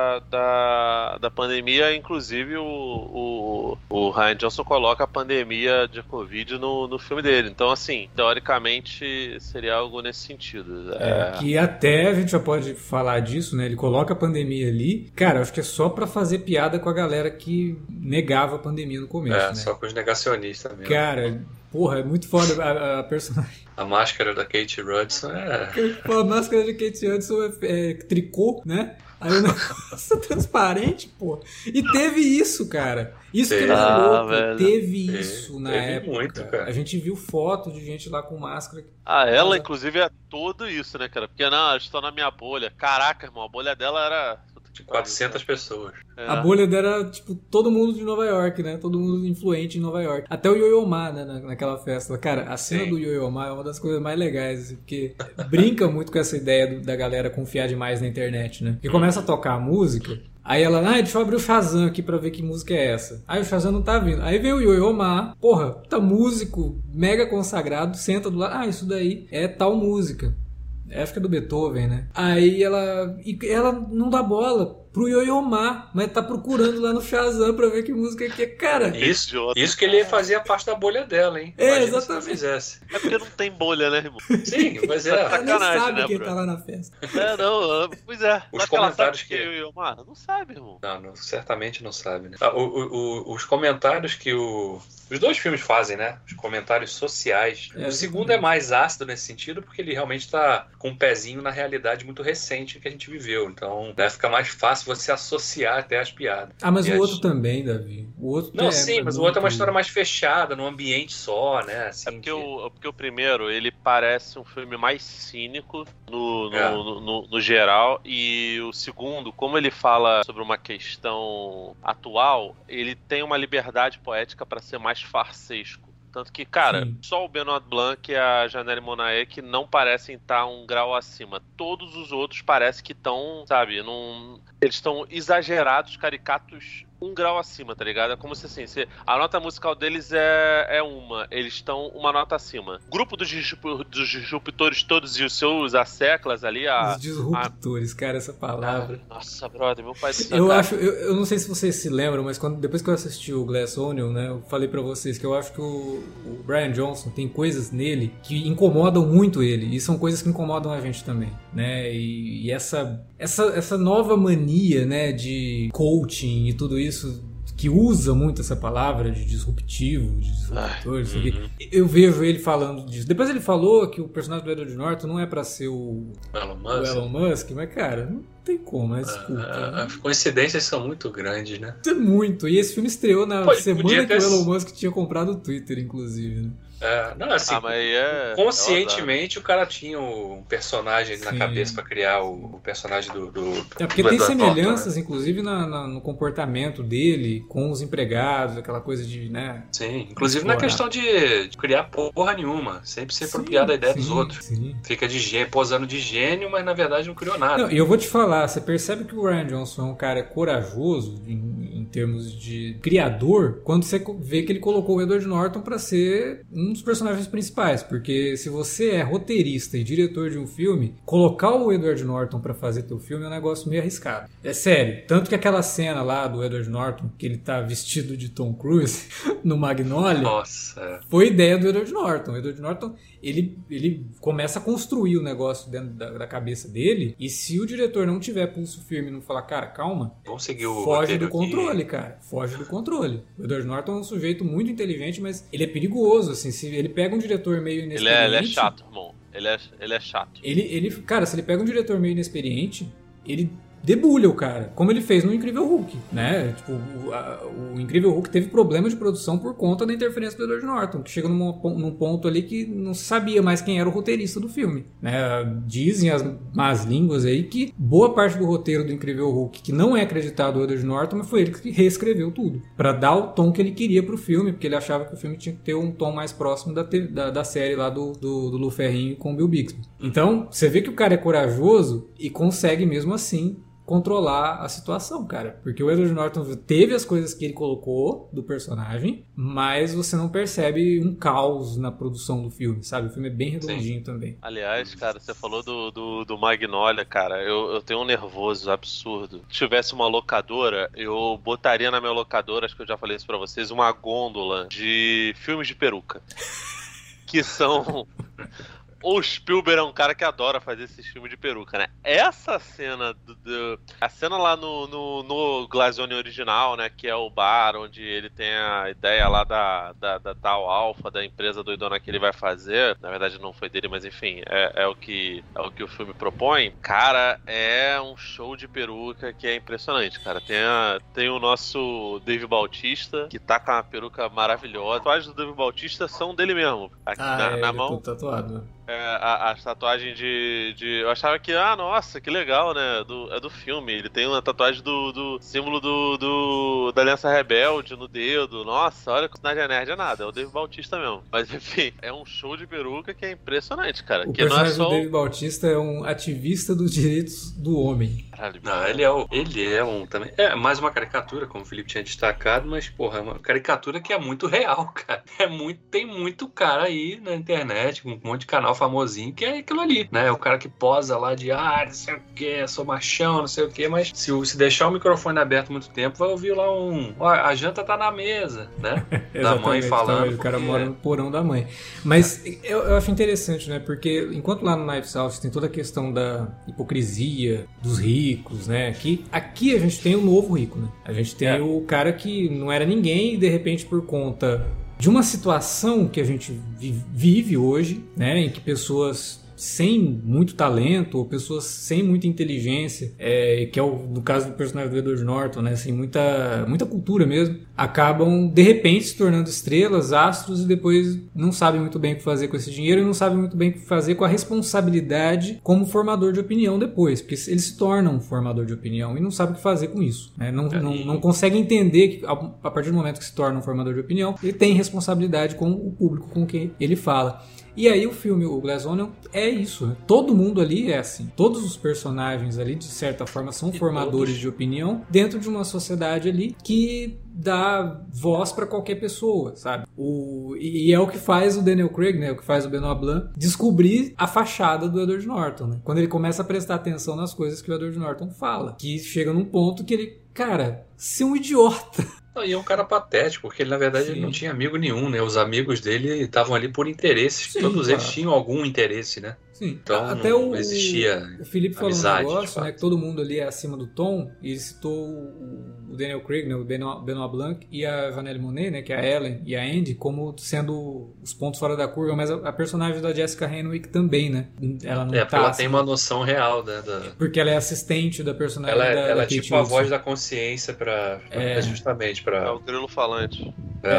[SPEAKER 3] da pandemia, inclusive o Rian Johnson coloca a pandemia de Covid no filme dele. Então, assim, teoricamente seria algo nesse sentido.
[SPEAKER 1] Que até a gente já pode falar disso, né? Ele coloca a pandemia ali. Cara, acho que é só pra fazer piada com a galera que negava a pandemia no começo, né?
[SPEAKER 2] Só com os negacionistas mesmo.
[SPEAKER 1] Cara, porra, é muito foda a personagem.
[SPEAKER 2] A máscara da Kate Hudson
[SPEAKER 1] A máscara de Kate Hudson é tricô, né? Aí o negócio é transparente, pô. E teve isso, cara. Isso que não é louco.
[SPEAKER 3] Velho.
[SPEAKER 1] Teve isso na época.
[SPEAKER 2] Muito, cara.
[SPEAKER 1] A gente viu foto de gente lá com máscara.
[SPEAKER 3] Ela, inclusive, é tudo isso, né, cara? Porque, não, eu estou na minha bolha. Caraca, irmão, a bolha dela era...
[SPEAKER 2] De 400 pessoas.
[SPEAKER 1] A bolha dela era, tipo, todo mundo de Nova York, né? Todo mundo influente em Nova York. Até o Yo-Yo Ma, né? Naquela festa. Cara, a cena do Yo-Yo Ma é uma das coisas mais legais, assim, porque brinca muito com essa ideia da galera confiar demais na internet, né? Porque começa a tocar a música, aí ela, deixa eu abrir o Shazam aqui pra ver que música é essa. Aí o Shazam não tá vindo. Aí vem o Yo-Yo Ma, porra, tá músico, mega consagrado, senta do lado, isso daí é tal música. Acho que é do Beethoven, né? Aí ela não dá bola pro Yo-Yo Ma, mas tá procurando lá no Shazam pra ver que música que é. Cara,
[SPEAKER 2] isso que ele fazia parte da bolha dela, hein?
[SPEAKER 1] Exatamente.
[SPEAKER 2] Se não fizesse.
[SPEAKER 3] É porque não tem bolha, né, irmão?
[SPEAKER 2] Sim, mas
[SPEAKER 1] ela nem sabe
[SPEAKER 3] né,
[SPEAKER 1] quem
[SPEAKER 3] bro?
[SPEAKER 1] tá lá na festa.
[SPEAKER 3] Pois é.
[SPEAKER 2] Os comentários que...
[SPEAKER 3] Yo-Yo Ma? Não sabe, irmão.
[SPEAKER 2] Não, certamente não sabe, né? Os comentários que os dois filmes fazem, né? Os comentários sociais. O segundo é mais ácido nesse sentido, porque ele realmente tá com um pezinho na realidade muito recente que a gente viveu. Então, né, fica mais fácil você associar até as piadas.
[SPEAKER 1] Mas o outro também, Davi. O outro
[SPEAKER 2] mas o outro é uma história mais fechada, num ambiente só, né? Assim,
[SPEAKER 3] porque o primeiro, ele parece um filme mais cínico no geral, e o segundo, como ele fala sobre uma questão atual, ele tem uma liberdade poética para ser mais farsesco. Tanto que, cara, só o Benoit Blanc e a Janelle Monáe que não parecem estar um grau acima. Todos os outros parecem que estão, sabe, eles estão exagerados, caricatos, um grau acima, tá ligado? É como se assim, a nota musical deles é uma, eles estão uma nota acima. O grupo dos disruptores todos e os seus asseclas ali,
[SPEAKER 1] os disruptores, cara, essa palavra.
[SPEAKER 3] Nossa, brother, meu pai...
[SPEAKER 1] Eu não sei se vocês se lembram, mas depois que eu assisti o Glass Onion, né, eu falei pra vocês que eu acho que o Rian Johnson tem coisas nele que incomodam muito ele, e são coisas que incomodam a gente também, né, e essa nova mania, né, de coaching e tudo isso, que usa muito essa palavra de disruptivo, de disruptor, isso aqui. Eu vejo ele falando disso. Depois ele falou que o personagem do Edward Norton não é pra ser o Elon Musk, mas, cara, não tem como, mas desculpa.
[SPEAKER 2] As coincidências são muito grandes, né?
[SPEAKER 1] É muito. E esse filme estreou na semana que o Elon Musk tinha comprado o Twitter, inclusive, né?
[SPEAKER 2] Conscientemente o cara tinha um personagem na cabeça pra criar o personagem do
[SPEAKER 1] porque tem semelhanças, Norton, né? Inclusive no comportamento dele com os empregados, aquela coisa de, né?
[SPEAKER 2] Sim, inclusive na questão de criar porra nenhuma, sempre se apropriar da ideia dos outros. Sim. Fica posando de gênio, mas na verdade não criou nada.
[SPEAKER 1] E eu vou te falar, você percebe que o Rian Johnson é um cara corajoso em termos de criador, quando você vê que ele colocou o Edward Norton pra ser um dos personagens principais, porque se você é roteirista e diretor de um filme, colocar o Edward Norton pra fazer teu filme é um negócio meio arriscado. É sério. Tanto que aquela cena lá do Edward Norton, que ele tá vestido de Tom Cruise no Magnolia, foi ideia do Edward Norton. O Edward Norton, ele começa a construir o negócio dentro da cabeça dele, e se o diretor não tiver pulso firme e não falar, cara, calma,
[SPEAKER 2] vamos seguir o
[SPEAKER 1] foge do controle, cara. Foge do controle. O Edward Norton é um sujeito muito inteligente, mas ele é perigoso, assim. Se ele pega um diretor meio inexperiente...
[SPEAKER 3] Ele é chato, irmão. Ele é chato.
[SPEAKER 1] Cara, se ele pega um diretor meio inexperiente, ele debulha o cara, como ele fez no Incrível Hulk, né? Tipo, o Incrível Hulk teve problema de produção por conta da interferência do Edward Norton, que chega num ponto ali que não se sabia mais quem era o roteirista do filme, né? Dizem as más línguas aí que boa parte do roteiro do Incrível Hulk, que não é acreditado ao Edward Norton, mas foi ele que reescreveu tudo, pra dar o tom que ele queria pro filme, porque ele achava que o filme tinha que ter um tom mais próximo da série lá do Lou Ferrigno com o Bill Bixby. Então, você vê que o cara é corajoso e consegue mesmo assim controlar a situação, cara. Porque o Edward Norton teve as coisas que ele colocou do personagem, mas você não percebe um caos na produção do filme, sabe? O filme é bem redondinho também.
[SPEAKER 3] Aliás, cara, você falou do Magnolia, cara, eu tenho um nervoso absurdo. Se tivesse uma locadora, eu botaria na minha locadora, acho que eu já falei isso pra vocês, uma gôndola de filmes de peruca. Que são... O Spielberg é um cara que adora fazer esses filmes de peruca, né? Essa cena, a cena lá no Glass Onion original, né? Que é o bar onde ele tem a ideia lá da tal alfa, da empresa doidona que ele vai fazer. Na verdade não foi dele, mas enfim, é o que o filme propõe. Cara, é um show de peruca que é impressionante, cara. Tem o nosso Dave Bautista, que tá com uma peruca maravilhosa. As tatuagens do Dave Bautista são dele mesmo. Aqui na mão.
[SPEAKER 1] Tá tatuado.
[SPEAKER 3] A tatuagem de... Eu achava que, nossa, que legal, né? É do filme. Ele tem uma tatuagem do símbolo da Aliança Rebelde no dedo. Nossa, olha, que personagem nerd é nada. É o Dave Bautista mesmo. Mas, enfim, é um show de peruca que é impressionante, cara.
[SPEAKER 1] O
[SPEAKER 3] que não é
[SPEAKER 1] personagem
[SPEAKER 3] só...
[SPEAKER 1] do Dave Bautista é um ativista dos direitos do homem.
[SPEAKER 3] Caralho,
[SPEAKER 2] Não, ele é um também. É mais uma caricatura, como o Felipe tinha destacado, mas, porra, é uma caricatura que é muito real, cara. Tem muito cara aí na internet, com um monte de canal famosinho, que é aquilo ali, né? O cara que posa lá de, não sei o que, sou machão, não sei o que, mas se deixar o microfone aberto muito tempo, vai ouvir lá a janta tá na mesa, né? Da mãe falando.
[SPEAKER 1] O cara mora no porão da mãe. Mas eu acho interessante, né? Porque enquanto lá no Knives Out tem toda a questão da hipocrisia dos ricos, né? Aqui a gente tem o novo rico, né? A gente tem o cara que não era ninguém e de repente por conta de uma situação que a gente vive hoje, né, em que pessoas sem muito talento ou pessoas sem muita inteligência, que é no caso do personagem do Edward Norton, né, sem muita cultura mesmo, acabam de repente se tornando estrelas, astros e depois não sabem muito bem o que fazer com esse dinheiro e não sabem muito bem o que fazer com a responsabilidade como formador de opinião depois, porque eles se tornam um formador de opinião e não sabem o que fazer com isso, né? Não conseguem entender que a partir do momento que se torna um formador de opinião, ele tem responsabilidade com o público com quem ele fala. E aí o filme, o Glass Onion, é isso, né? Todo mundo ali é assim. Todos os personagens ali, de certa forma, são formadores de opinião dentro de uma sociedade ali que dá voz para qualquer pessoa, sabe? E é o que faz o Daniel Craig, né? O que faz o Benoit Blanc descobrir a fachada do Edward Norton, né? Quando ele começa a prestar atenção nas coisas que o Edward Norton fala. Que chega num ponto que ele, cara, ser um idiota.
[SPEAKER 2] E é um cara patético, porque ele, na verdade, ele não tinha amigo nenhum, né? Os amigos dele estavam ali por interesses.
[SPEAKER 1] Sim,
[SPEAKER 2] todos eles tinham algum interesse, né?
[SPEAKER 1] Sim.
[SPEAKER 2] Então
[SPEAKER 1] Até
[SPEAKER 2] não existia
[SPEAKER 1] o Felipe falou
[SPEAKER 2] amizade,
[SPEAKER 1] um negócio, né? Que todo mundo ali é acima do tom. E ele citou o Daniel Craig, né, o Benoit Blanc e a Janelle Monáe, né? Que é a Ellen e a Andy, como sendo os pontos fora da curva. Mas a personagem da Jessica Henwick também, né? Ela não
[SPEAKER 2] porque ela tem uma noção real, né?
[SPEAKER 1] Porque ela é assistente da personagem
[SPEAKER 2] ela
[SPEAKER 1] da
[SPEAKER 2] é tipo a voz da consciência justamente para...
[SPEAKER 3] É o grilo falante.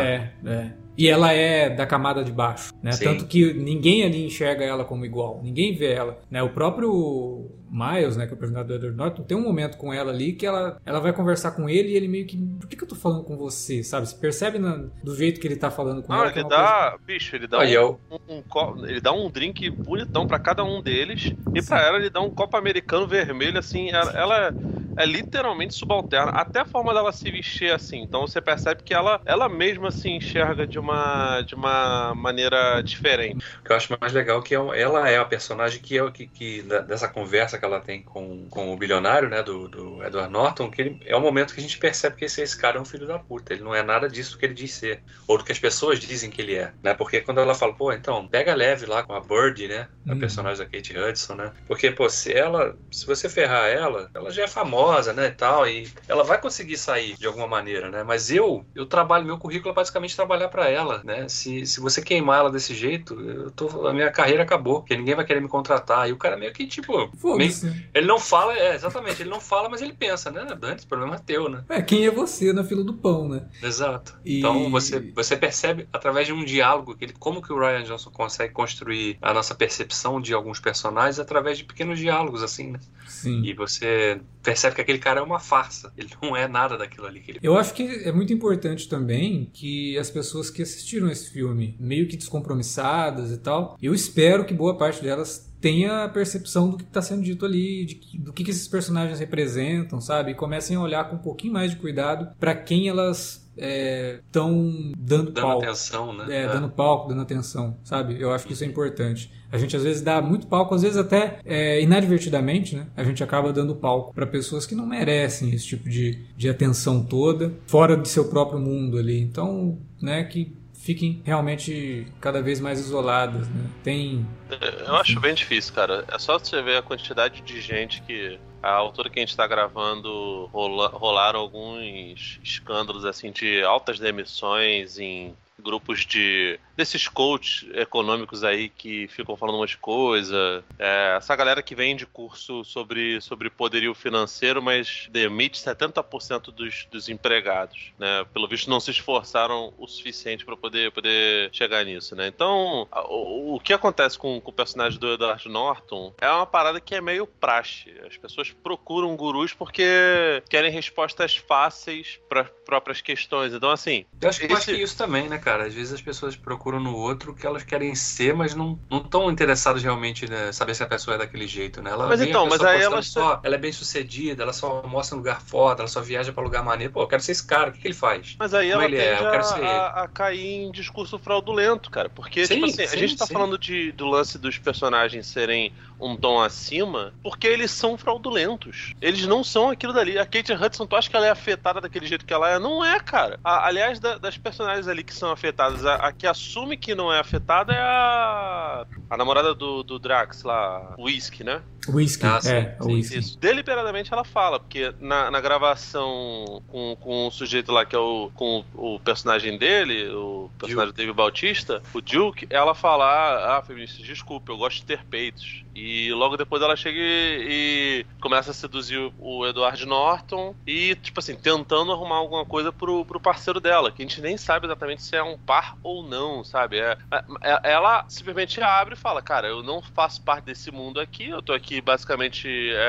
[SPEAKER 1] E ela é da camada de baixo, né?
[SPEAKER 2] Sim.
[SPEAKER 1] Tanto que ninguém ali enxerga ela como igual, ninguém vê ela, né? O próprio Miles, né, que é o personagem do Edward Norton, tem um momento com ela ali que ela vai conversar com ele e ele meio que, por que eu tô falando com você, sabe? Você percebe do jeito que ele tá falando com ela.
[SPEAKER 3] Ele dá, bicho, ele dá ele dá um drink bonitão pra cada um deles e pra ela ele dá um copo americano vermelho, assim, ela é literalmente subalterna, até a forma dela se vestir assim, então você percebe que ela mesma se enxerga de uma maneira diferente.
[SPEAKER 2] O que eu acho mais legal é que ela é a personagem que dessa conversa que ela tem com o bilionário, né, do Edward Norton, que é o momento que a gente percebe que esse cara é um filho da puta, ele não é nada disso que ele diz ser, ou do que as pessoas dizem que ele é, né, porque quando ela fala, então, pega leve lá com a Birdie, né, a personagem da Kate Hudson, né, porque, se você ferrar ela já é famosa, né, e tal, e ela vai conseguir sair de alguma maneira, né, mas eu trabalho, meu currículo é basicamente trabalhar pra ela, né, se você queimar ela desse jeito, a minha carreira acabou, porque ninguém vai querer me contratar, e o cara meio que, tipo, ele não fala, exatamente, ele não fala, mas ele pensa, né, Dante, o problema é teu, né.
[SPEAKER 1] Quem é você na fila do pão, né.
[SPEAKER 2] Exato. Então você percebe, através de um diálogo, como que o Rian Johnson consegue construir a nossa percepção de alguns personagens através de pequenos diálogos, assim, né.
[SPEAKER 1] Sim.
[SPEAKER 2] E você percebe que aquele cara é uma farsa, ele não é nada daquilo ali que ele...
[SPEAKER 1] Eu acho que é muito importante também que as pessoas que assistiram esse filme, meio que descompromissadas e tal, eu espero que boa parte delas tenha a percepção do que está sendo dito ali, do que esses personagens representam, sabe? E comecem a olhar com um pouquinho mais de cuidado para quem elas estão dando palco.
[SPEAKER 2] Atenção, né?
[SPEAKER 1] Dando palco, dando atenção, sabe? Eu acho que isso é importante. A gente às vezes dá muito palco, às vezes até inadvertidamente, né? A gente acaba dando palco para pessoas que não merecem esse tipo de atenção toda, fora de seu próprio mundo ali. Então, né, que fiquem realmente cada vez mais isoladas, né?
[SPEAKER 3] Eu acho bem difícil, cara. É só você ver a quantidade de gente que... A altura que a gente está gravando, rolaram alguns escândalos assim de altas demissões em grupos desses coaches econômicos aí que ficam falando umas coisas. Essa galera que vende curso sobre poderio financeiro, mas demite 70% dos empregados, né? Pelo visto não se esforçaram o suficiente para poder chegar nisso, né? Então, o que acontece com o personagem do Edward Norton é uma parada que é meio praxe. As pessoas procuram gurus porque querem respostas fáceis para próprias questões. Então, assim...
[SPEAKER 2] Eu acho que é isso também, né, cara? Às vezes as pessoas procuram no outro o que elas querem ser, mas não estão interessadas realmente em saber se a pessoa é daquele jeito, né? Ela é bem sucedida, ela só mostra um lugar foda, ela só viaja pra lugar maneiro. Pô, eu quero ser esse cara, o que ele faz?
[SPEAKER 3] Mas aí ela tende a cair em discurso fraudulento, cara. Porque, tipo assim, a gente tá falando do lance dos personagens serem um tom acima, porque eles são fraudulentos. Eles não são aquilo dali. A Kate Hudson, tu acha que ela é afetada daquele jeito que ela é? Não é, cara. Aliás, das personagens ali que são afetadas, a que assume que não é afetada é a namorada do Drax lá, o Whisky, né?
[SPEAKER 1] Whisky,
[SPEAKER 3] o Whisky. Isso. Deliberadamente ela fala, porque na gravação com o sujeito lá que é com o personagem dele, o personagem do Dave Bautista, o Duke, ela fala, feminista, desculpa, eu gosto de ter peitos. E logo depois ela chega e começa a seduzir o Edward Norton e, tipo assim, tentando arrumar alguma coisa pro parceiro dela, que a gente nem sabe exatamente se é um par ou não, sabe? Ela simplesmente abre e fala, cara, eu não faço parte desse mundo aqui, eu tô aqui basicamente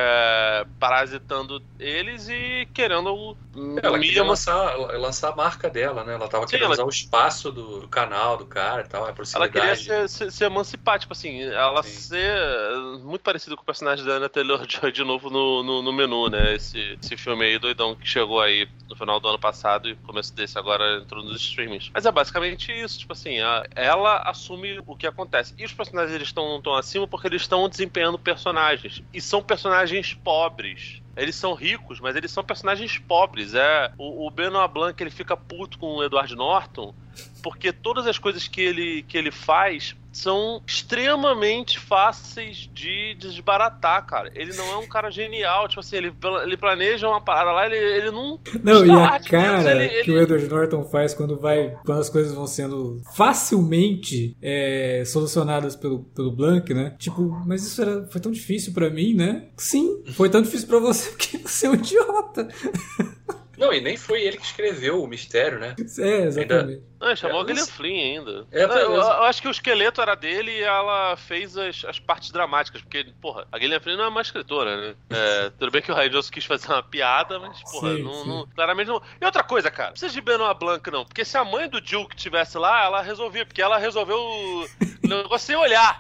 [SPEAKER 3] parasitando eles e querendo...
[SPEAKER 2] Ela queria lançar a marca dela, né? Ela tava querendo usar o espaço do canal do cara e tal, a proximidade.
[SPEAKER 3] Ela queria se emancipar, tipo assim, ela ser muito parecida com o personagem da Anya Taylor-Joy de novo no menu, né? Esse filme aí doidão que chegou aí no final do ano passado e começo desse agora entrou nos streamings. Mas é basicamente isso, tipo assim, ela assume o que acontece. E os personagens eles estão acima porque eles estão desempenhando personagens. E são personagens pobres. Eles são ricos, mas eles são personagens pobres. O Benoit Blanc, ele fica puto com o Edward Norton porque todas as coisas que ele faz são extremamente fáceis de desbaratar, cara. Ele não é um cara genial, tipo assim, ele planeja uma parada lá, ele não...
[SPEAKER 1] Não, e a cara que o Edward Norton faz quando as coisas vão sendo facilmente solucionadas pelo Blanc, né? Tipo, mas isso foi tão difícil pra mim, né? Sim, foi tão difícil pra você porque você é um idiota.
[SPEAKER 2] Não, e nem foi ele que escreveu o mistério, né?
[SPEAKER 1] Exatamente.
[SPEAKER 3] Não, chamou a Gillian Flynn ainda. Eu acho que o esqueleto era dele e ela fez as partes dramáticas, porque, porra, a Gillian Flynn não é uma escritora, né? Tudo bem que o Ryan Johnson quis fazer uma piada, mas, porra, não, claramente não. E outra coisa, cara, não precisa de Benoit Blanc, não, porque se a mãe do Duke estivesse lá, ela resolvia, porque ela resolveu o negócio sem olhar.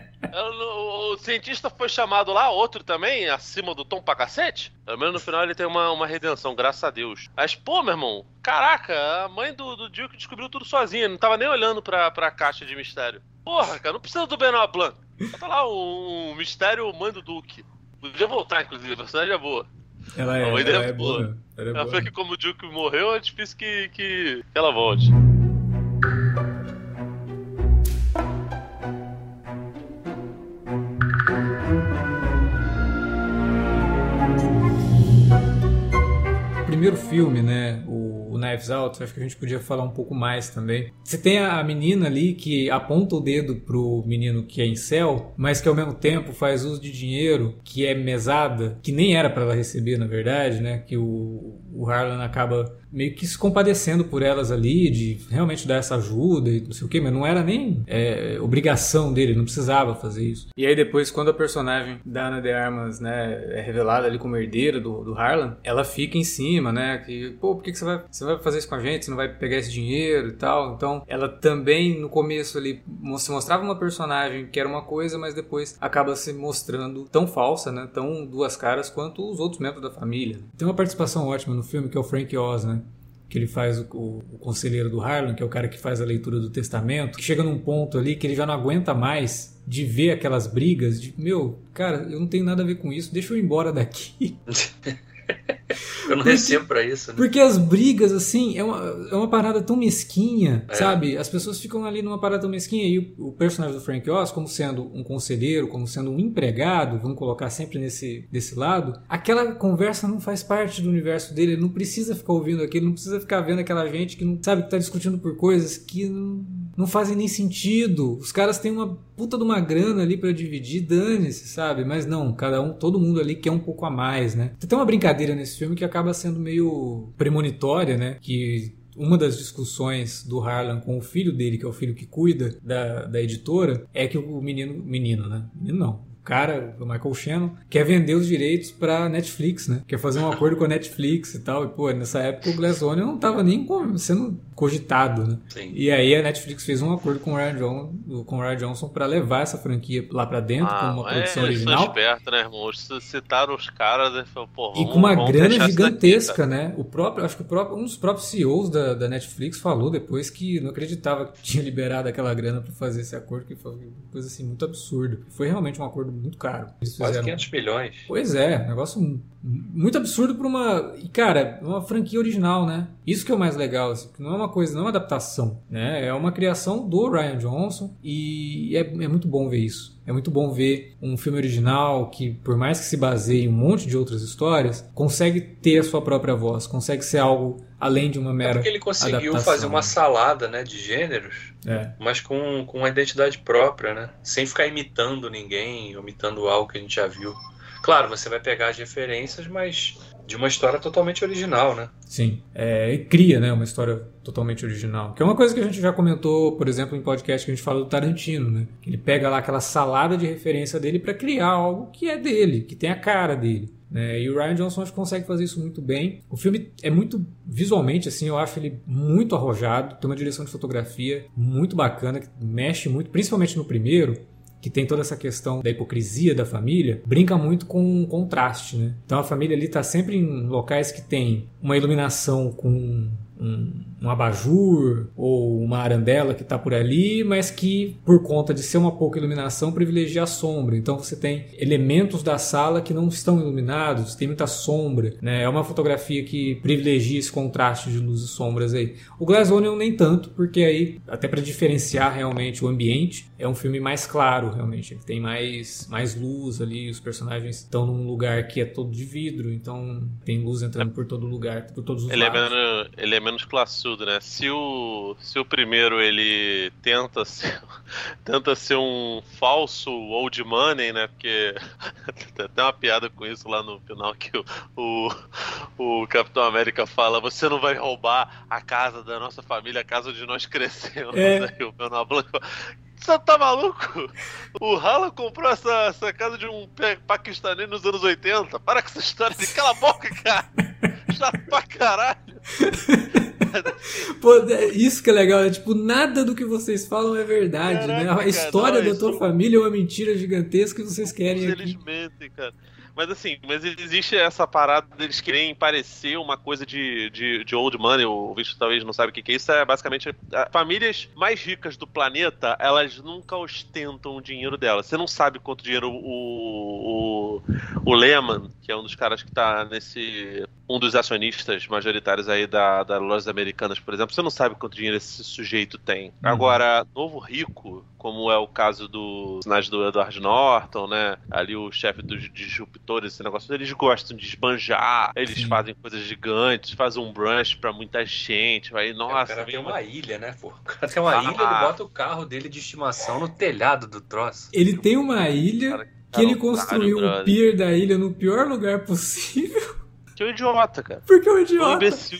[SPEAKER 3] O cientista foi chamado lá, outro também, acima do tom pra cacete. Pelo menos no final ele tem uma redenção, graças a Deus. Mas, pô, meu irmão, caraca, a mãe do Duke descobriu tudo sozinha, não tava nem olhando pra caixa de mistério. Porra, cara, não precisa do Benoit Blanc. Bota lá um mistério mãe do Duke. Podia voltar, inclusive, a personagem é boa.
[SPEAKER 1] Ela é boa.
[SPEAKER 3] Ela foi que como o Duke morreu, é difícil que ela volte.
[SPEAKER 1] Primeiro filme, né, o Knives Out, acho que a gente podia falar um pouco mais também. Você tem a menina ali que aponta o dedo pro menino que é incel, mas que ao mesmo tempo faz uso de dinheiro que é mesada, que nem era pra ela receber, na verdade, né, que o o Harlan acaba meio que se compadecendo por elas ali, de realmente dar essa ajuda e não sei o que, mas não era nem obrigação dele, não precisava fazer isso. E aí depois, quando a personagem da Ana de Armas, né, é revelada ali como herdeira do Harlan, ela fica em cima, né, que, pô, por que você vai fazer isso com a gente? Você não vai pegar esse dinheiro e tal? Então, ela também, no começo ali, se mostrava uma personagem que era uma coisa, mas depois acaba se mostrando tão falsa, né, tão duas caras quanto os outros membros da família. Tem uma participação ótima no filme, que é o Frank Oz, né, que ele faz o conselheiro do Harlan, que é o cara que faz a leitura do testamento, que chega num ponto ali que ele já não aguenta mais de ver aquelas brigas, de, meu, cara, eu não tenho nada a ver com isso, deixa eu ir embora daqui.
[SPEAKER 2] Eu não recebo pra isso, né?
[SPEAKER 1] Porque as brigas, assim, é uma parada tão mesquinha, sabe? As pessoas ficam ali numa parada tão mesquinha, e o personagem do Frank Oz, como sendo um conselheiro, como sendo um empregado, vamos colocar sempre desse lado, aquela conversa não faz parte do universo dele, ele não precisa ficar ouvindo aquilo, não precisa ficar vendo aquela gente que não sabe, que tá discutindo por coisas que não fazem nem sentido. Os caras têm uma puta de uma grana ali pra dividir, dane-se, sabe? Mas não, todo mundo ali quer um pouco a mais, né? Tem uma brincadeira nesse filme que acaba sendo meio premonitória, né? Que uma das discussões do Harlan com o filho dele, que é o filho que cuida da editora, é que o menino, né? Menino não. O cara, o Michael Shannon, quer vender os direitos pra Netflix, né? Quer fazer um acordo com a Netflix e tal. E, pô, nessa época o Glass Onion não tava nem sendo cogitado, né?
[SPEAKER 2] Sim.
[SPEAKER 1] E aí a Netflix fez um acordo com o Rian Johnson pra levar essa franquia lá pra dentro, como uma produção original.
[SPEAKER 3] Eles são espertos, né, irmão? Citaram os caras e falaram, pô,
[SPEAKER 1] e com uma grana gigantesca, né? Acho que um dos próprios CEOs da Netflix falou depois que não acreditava que tinha liberado aquela grana pra fazer esse acordo, que foi uma coisa assim muito absurda. Foi realmente um acordo muito caro. Eles
[SPEAKER 2] Quase
[SPEAKER 1] fizeram
[SPEAKER 2] 500 milhões.
[SPEAKER 1] Pois é, negócio muito absurdo pra uma... E, cara, uma franquia original, né? Isso que é o mais legal, assim, que não é uma coisa, não é uma adaptação, né? É uma criação do Rian Johnson e é muito bom ver isso. É muito bom ver um filme original que, por mais que se baseie em um monte de outras histórias, consegue ter a sua própria voz, consegue ser algo além de uma mera
[SPEAKER 2] porque ele conseguiu
[SPEAKER 1] adaptação,
[SPEAKER 2] fazer uma salada, né, de gêneros, mas com uma identidade própria, né? Sem ficar imitando ninguém, imitando algo que a gente já viu. Claro, você vai pegar as referências, mas de uma história totalmente original, né?
[SPEAKER 1] Sim, e cria, né, uma história totalmente original. Que é uma coisa que a gente já comentou, por exemplo, em podcast que a gente fala do Tarantino, né? Que ele pega lá aquela salada de referência dele para criar algo que é dele, que tem a cara dele. E o Rian Johnson acho que consegue fazer isso muito bem. O filme é muito visualmente, assim, eu acho ele muito arrojado, tem uma direção de fotografia muito bacana, que mexe muito, principalmente no primeiro, que tem toda essa questão da hipocrisia da família, brinca muito com contraste, né? Então a família ali está sempre em locais que tem uma iluminação com um abajur ou uma arandela que está por ali, mas que, por conta de ser uma pouca iluminação, privilegia a sombra. Então você tem elementos da sala que não estão iluminados, tem muita sombra, né? É uma fotografia que privilegia esse contraste de luz e sombras aí. O Glass Onion nem tanto, porque aí, até para diferenciar realmente o ambiente, é um filme mais claro, realmente. Ele tem mais luz ali, os personagens estão num lugar que é todo de vidro, então tem luz entrando por todo lugar, por todos os lados.
[SPEAKER 3] Ele é menos classudo, né? Se o primeiro ele tenta ser um falso old money, né? Porque tem até uma piada com isso lá no final que o Capitão América fala: você não vai roubar a casa da nossa família, a casa onde nós crescemos. Aí o Benoit Blanc fala: você tá maluco? O Harlan comprou essa casa de um paquistanês nos anos 80. Para com essa história de cala a boca, cara. Chato pra caralho.
[SPEAKER 1] Pô, isso que é legal, né? Tipo, nada do que vocês falam é verdade,
[SPEAKER 3] caraca,
[SPEAKER 1] né? A história da tua família é uma mentira gigantesca que vocês querem aqui.
[SPEAKER 3] Eles mentem, cara. Mas assim, existe essa parada deles querem parecer uma coisa de old money, o Vitor talvez não sabe o que é isso, é basicamente famílias mais ricas do planeta, elas nunca ostentam o dinheiro delas. Você não sabe quanto dinheiro o Lehman, que é um dos caras que tá um dos acionistas majoritários aí da Lojas Americanas, por exemplo, você não sabe quanto dinheiro esse sujeito tem. Agora, novo rico, como é o caso do personagem do Edward Norton, né? Ali o chefe dos disruptores, esse negócio, eles gostam de esbanjar, eles fazem coisas gigantes, fazem um brunch pra muita gente, aí, nossa...
[SPEAKER 2] O cara tem uma ilha, né, pô? O cara tem uma ilha, ele bota o carro dele de estimação no telhado do troço.
[SPEAKER 1] Ele tem uma ilha que ele construiu o pier da ilha no pior lugar possível.
[SPEAKER 3] Porque é um idiota, cara.
[SPEAKER 1] Porque é um
[SPEAKER 3] É um
[SPEAKER 1] idiota.
[SPEAKER 3] imbecil.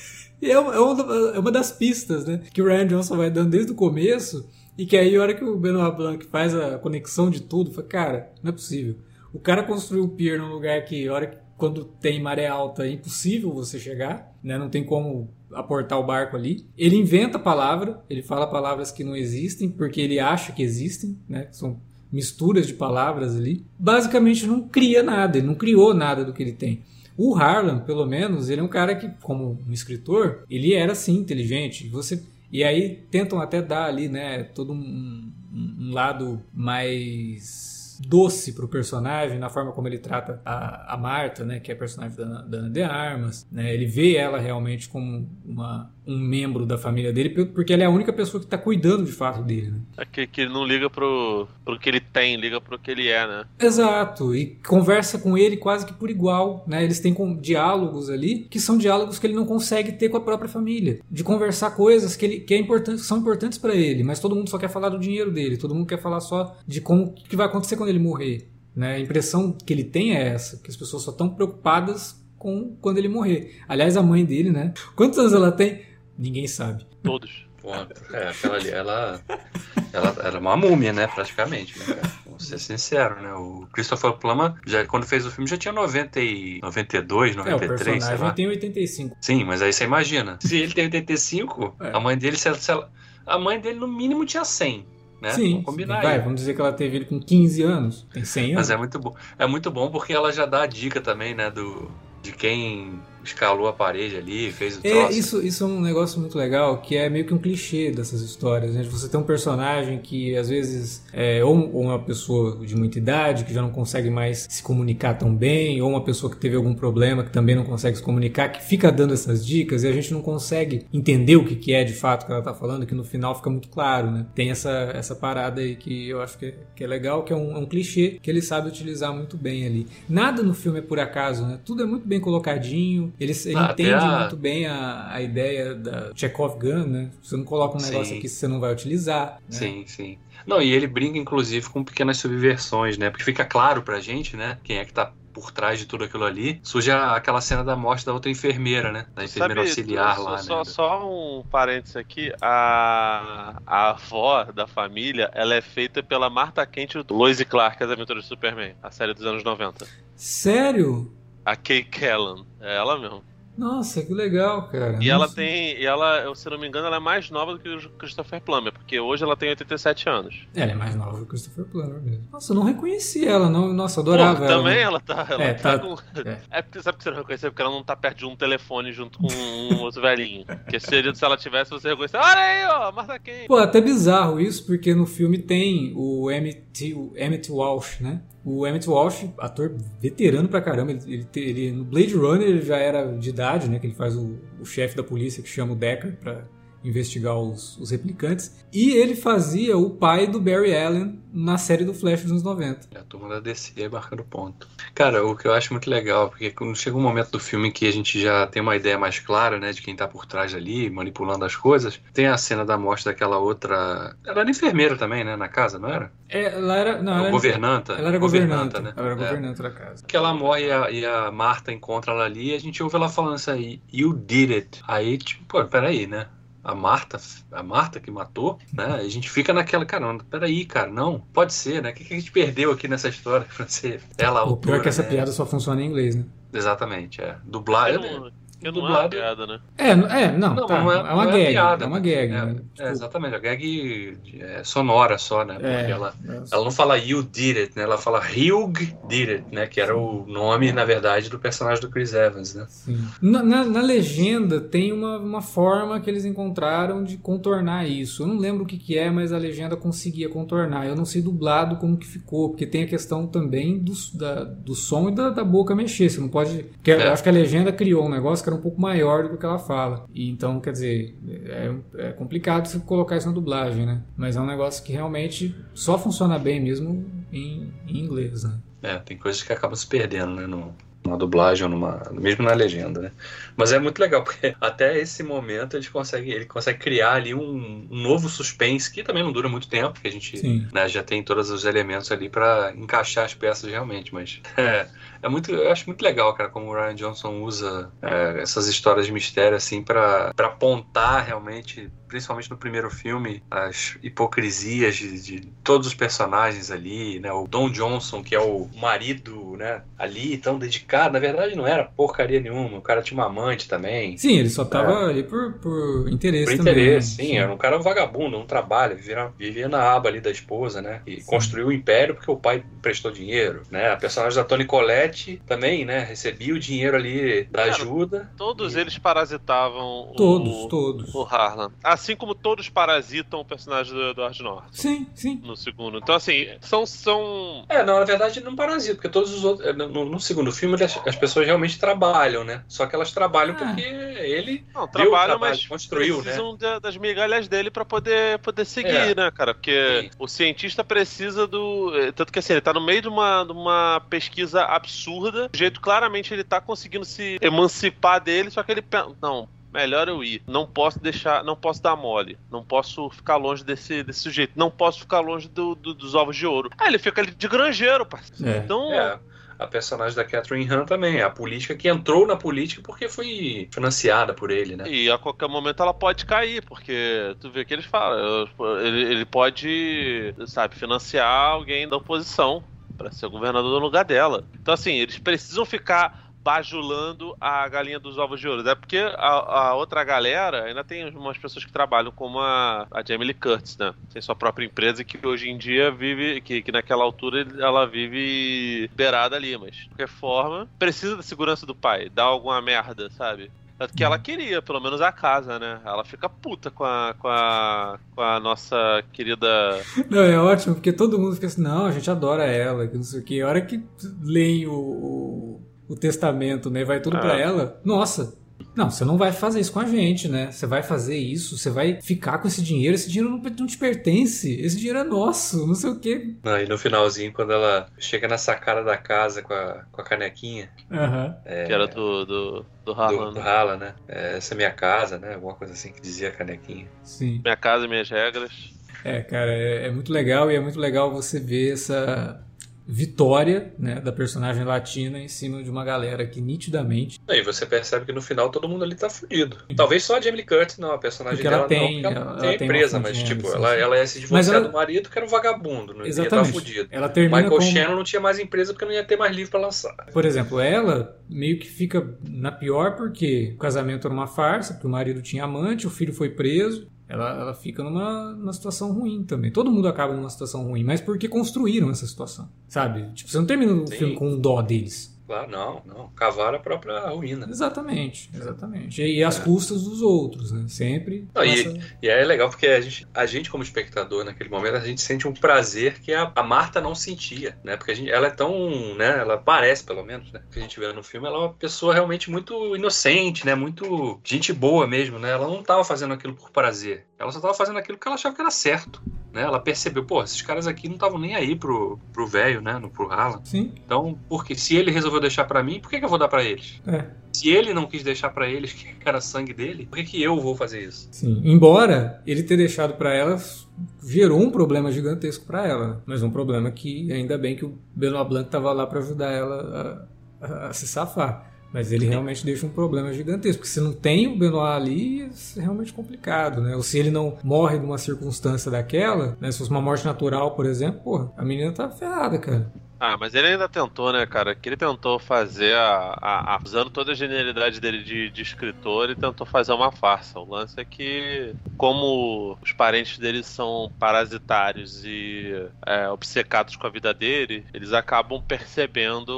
[SPEAKER 1] E é uma das pistas, né? Que o Rian Johnson vai dando desde o começo. E que aí, a hora que o Benoit Blanc faz a conexão de tudo, fala, cara, não é possível. O cara construiu o pier num lugar que, quando tem maré alta, é impossível você chegar, né? Não tem como aportar o barco ali. Ele inventa palavra, ele fala palavras que não existem, porque ele acha que existem, né? São misturas de palavras ali. Basicamente não cria nada, ele não criou nada do que ele tem. O Harlan, pelo menos, ele é um cara que, como um escritor, ele era, sim, inteligente. E aí tentam até dar ali, né, todo um lado mais doce pro personagem, na forma como ele trata a Marta, né, que é a personagem da Ana de Armas, né, ele vê ela realmente como um membro da família dele, porque ela é a única pessoa que está cuidando de fato dele, né?
[SPEAKER 3] É que ele não liga pro que ele tem, liga pro que ele é, né?
[SPEAKER 1] Exato, e conversa com ele quase que por igual, né? Eles têm diálogos ali, que são diálogos que ele não consegue ter com a própria família, de conversar coisas que são importantes para ele, mas todo mundo só quer falar do dinheiro dele, todo mundo quer falar só de como que vai acontecer quando ele morrer, né? A impressão que ele tem é essa, que as pessoas só estão preocupadas com quando ele morrer. Aliás, a mãe dele, né? Quantos anos ela tem? Ninguém sabe.
[SPEAKER 3] Todos.
[SPEAKER 2] Pô, aquela ali, ela era uma múmia, né, praticamente, né, cara? Vamos ser sinceros, né? O Christopher Plummer, quando fez o filme, já tinha 92, 93,
[SPEAKER 1] o personagem
[SPEAKER 2] sei lá.
[SPEAKER 1] tem 85.
[SPEAKER 2] Sim, mas aí você imagina. Se ele tem 85, a mãe dele, a mãe dele no mínimo tinha 100. Né?
[SPEAKER 1] Sim,
[SPEAKER 2] vamos combinar aí.
[SPEAKER 1] Vamos dizer que ela teve ele com 15 anos, tem 100 anos.
[SPEAKER 2] Mas é muito bom. É muito bom porque ela já dá a dica também, né, de quem escalou a parede ali, fez o troço.
[SPEAKER 1] Isso é um negócio muito legal, que é meio que um clichê dessas histórias, né? Você tem um personagem que às vezes é ou uma pessoa de muita idade, que já não consegue mais se comunicar tão bem, ou uma pessoa que teve algum problema, que também não consegue se comunicar, que fica dando essas dicas e a gente não consegue entender o que é de fato que ela tá falando, que no final fica muito claro, né? Tem essa parada aí que eu acho que é legal, que é um clichê que ele sabe utilizar muito bem ali. Nada no filme é por acaso, né? Tudo é muito bem colocadinho. Ele entende muito bem a ideia da Chekhov Gun, né? Você não coloca um negócio aqui que você não vai utilizar. Né?
[SPEAKER 2] Sim, sim. Não, e ele brinca, inclusive, com pequenas subversões, né? Porque fica claro pra gente, né? Quem é que tá por trás de tudo aquilo ali. Surge aquela cena da morte da outra enfermeira, né? Da enfermeira auxiliar lá, né?
[SPEAKER 3] Só um parênteses aqui. A avó da família, ela é feita pela Martha Kent e Lois Clark, As Aventuras do Superman, a série dos anos 90.
[SPEAKER 1] Sério?
[SPEAKER 3] A Kay Callan, é ela mesmo.
[SPEAKER 1] Nossa, que legal, cara.
[SPEAKER 3] E ela se não me engano, ela é mais nova do que o Christopher Plummer, porque hoje ela tem 87 anos.
[SPEAKER 1] Ela é mais nova do que o Christopher Plummer mesmo. Nossa, eu não reconheci ela, não. Nossa, eu adorava ela.
[SPEAKER 3] Também ela tá com...
[SPEAKER 1] É
[SPEAKER 3] porque sabe que você não reconheceu? Porque ela não tá perto de um telefone junto com um outro velhinho. Porque se ela tivesse, você reconheceu. Olha aí, ó, Martha Kay.
[SPEAKER 1] Pô, até bizarro isso, porque no filme tem o Emmett Walsh, né? O Emmett Walsh, ator veterano pra caramba, ele no Blade Runner ele já era de idade, né? Que ele faz o chefe da polícia que chama o Deckard pra investigar os replicantes. E ele fazia o pai do Barry Allen na série do Flash dos anos 90.
[SPEAKER 2] A turma da DC aí marcando ponto. Cara, o que eu acho muito legal, porque quando chega um momento do filme que a gente já tem uma ideia mais clara, né, de quem tá por trás ali, manipulando as coisas, tem a cena da morte daquela outra... Ela era enfermeira também, né, na casa, não era?
[SPEAKER 1] Ela era... Não,
[SPEAKER 2] ela governanta.
[SPEAKER 1] Ela era governanta,
[SPEAKER 2] né?
[SPEAKER 1] Ela era governanta da casa.
[SPEAKER 2] Que ela morre e a Marta encontra ela ali e a gente ouve ela falando isso aí, you did it. Aí, tipo, pô, peraí, né? A Marta que matou, né? A gente fica naquela, cara, peraí, cara, não, pode ser, né? O que a gente perdeu aqui nessa história pra ser ela a autora,
[SPEAKER 1] o pior é que essa
[SPEAKER 2] né?
[SPEAKER 1] piada só funciona em inglês, né?
[SPEAKER 2] Exatamente, é. Dublado.
[SPEAKER 3] Não é uma piada, né?
[SPEAKER 1] Não,
[SPEAKER 2] não é uma
[SPEAKER 1] gag.
[SPEAKER 2] piada,
[SPEAKER 1] é uma gag. Né?
[SPEAKER 2] Exatamente, a gag sonora só, né? Porque ela não fala you did it, né? Ela fala Hugh did it, né? Que era o nome, na verdade, do personagem do Chris Evans, né?
[SPEAKER 1] Sim. Na legenda tem uma forma que eles encontraram de contornar isso. Eu não lembro o que é, mas a legenda conseguia contornar. Eu não sei dublado como que ficou, porque tem a questão também do som e da boca mexer. Você não pode... Eu acho que a legenda criou um negócio que era um pouco maior do que ela fala. E então, quer dizer, é complicado você colocar isso na dublagem, né? Mas é um negócio que realmente só funciona bem mesmo em inglês, né?
[SPEAKER 2] Tem coisas que acabam se perdendo, né? numa dublagem ou mesmo na legenda, né? Mas é muito legal, porque até esse momento ele consegue criar ali um novo suspense, que também não dura muito tempo, porque a gente, né, já tem todos os elementos ali para encaixar as peças realmente, mas eu acho muito legal, cara, como o Rian Johnson usa essas histórias de mistério assim para apontar realmente, principalmente no primeiro filme, as hipocrisias de todos os personagens ali, né? O Don Johnson, que é o marido, né, ali tão dedicado, na verdade não era porcaria nenhuma, o cara tinha uma amante também.
[SPEAKER 1] Sim, ele só tava ali por interesse também.
[SPEAKER 2] Por interesse, sim. Era um cara vagabundo, não trabalha, vivia na aba ali da esposa, né? E construiu o império porque o pai emprestou dinheiro, né? A personagem da Toni Collette também, né? Recebia o dinheiro ali da ajuda.
[SPEAKER 3] Todos eles parasitavam
[SPEAKER 1] todos.
[SPEAKER 3] o Harlan. Assim como todos parasitam o personagem do Edward Norton.
[SPEAKER 1] Sim.
[SPEAKER 3] No segundo. Então, assim, são...
[SPEAKER 2] Não, na verdade não parasita, porque todos os outros... No segundo filme as pessoas realmente trabalham, né? Só que elas trabalham porque ele
[SPEAKER 3] trabalham, mas
[SPEAKER 2] construiu,
[SPEAKER 3] precisam, né, das migalhas dele pra poder seguir, né, cara? Porque o cientista precisa do... Tanto que, assim, ele tá no meio de uma pesquisa absurda. Do jeito, claramente, ele tá conseguindo se emancipar dele, só que ele pensa... Não, melhor eu ir. Não posso dar mole. Não posso ficar longe desse sujeito. Não posso ficar longe dos ovos de ouro. Ele fica ali de granjeiro, parceiro. Então...
[SPEAKER 2] A personagem da Catherine Hahn também, a política que entrou na política porque foi financiada por ele, né?
[SPEAKER 3] E a qualquer momento ela pode cair, porque tu vê que eles falam, ele pode, sabe, financiar alguém da oposição para ser governador no lugar dela. Então, assim, eles precisam ficar bajulando a galinha dos ovos de ouro. É porque a outra galera ainda tem umas pessoas que trabalham como a Jamie Lee Curtis, né? Tem sua própria empresa que hoje em dia vive, que naquela altura ela vive beirada ali, mas de qualquer forma precisa da segurança do pai, dá alguma merda, sabe? Tanto que ela queria, pelo menos, a casa, né? Ela fica puta com a nossa querida...
[SPEAKER 1] Não, é ótimo, porque todo mundo fica assim, não, a gente adora ela, que não sei o quê. A hora que leem o testamento, né? Vai tudo pra ela. Nossa, não, você não vai fazer isso com a gente, né? Você vai fazer isso, você vai ficar com esse dinheiro não te pertence, esse dinheiro é nosso, não sei o quê.
[SPEAKER 2] E no finalzinho, quando ela chega na sacada da casa com a canequinha,
[SPEAKER 3] que era do Harlan.
[SPEAKER 2] Do Harlan, né? Essa é minha casa, né? Alguma coisa assim que dizia a canequinha.
[SPEAKER 1] Sim.
[SPEAKER 3] Minha casa e minhas regras.
[SPEAKER 1] Cara, é muito legal, e é muito legal você ver essa vitória, né, da personagem latina em cima de uma galera que nitidamente...
[SPEAKER 2] E você percebe que no final todo mundo ali tá fudido. Talvez só a Jamie Lee Curtis, não, a personagem
[SPEAKER 1] porque
[SPEAKER 2] dela
[SPEAKER 1] ela tem
[SPEAKER 2] a empresa, mas tipo, ela ia se divorciar do marido que era um vagabundo, não ia estar fudido.
[SPEAKER 1] Ela termina
[SPEAKER 2] Michael Shannon não tinha mais empresa porque não ia ter mais livro pra lançar.
[SPEAKER 1] Por exemplo, ela meio que fica na pior porque o casamento era uma farsa, porque o marido tinha amante, o filho foi preso. Ela fica numa situação ruim também. Todo mundo acaba numa situação ruim, mas porque construíram essa situação, sabe? Tipo, você não termina o filme com um dó deles.
[SPEAKER 2] Claro, não. Cavaram a própria ruína.
[SPEAKER 1] Exatamente. E às custas dos outros, né? Sempre.
[SPEAKER 2] E é legal porque a gente, como espectador, naquele momento, a gente sente um prazer que a Marta não sentia, né? Porque ela é tão, né? Ela parece, pelo menos, né? Que a gente vê no filme, ela é uma pessoa realmente muito inocente, né? Muito gente boa mesmo, né? Ela não estava fazendo aquilo por prazer. Ela só estava fazendo aquilo que ela achava que era certo, né? Ela percebeu, esses caras aqui não estavam nem aí pro velho, né? Pro Harlan.
[SPEAKER 1] Sim.
[SPEAKER 2] Então, porque se ele resolveu deixar pra mim, por que eu vou dar pra eles? Se ele não quis deixar pra eles, que era sangue dele, por que eu vou fazer isso?
[SPEAKER 1] Sim. Embora ele ter deixado pra ela gerou um problema gigantesco pra ela, mas um problema que ainda bem que o Benoit Blanc tava lá pra ajudar ela a se safar. Mas ele realmente deixa um problema gigantesco, porque se não tem o Benoit ali, é realmente complicado, né? Ou se ele não morre numa circunstância daquela, né? Se fosse uma morte natural, por exemplo, a menina tá ferrada, cara.
[SPEAKER 3] Mas ele ainda tentou, né, cara? Que ele tentou fazer usando toda a genialidade dele de escritor, ele tentou fazer uma farsa. O lance é que, como os parentes dele são parasitários e obcecados com a vida dele, eles acabam percebendo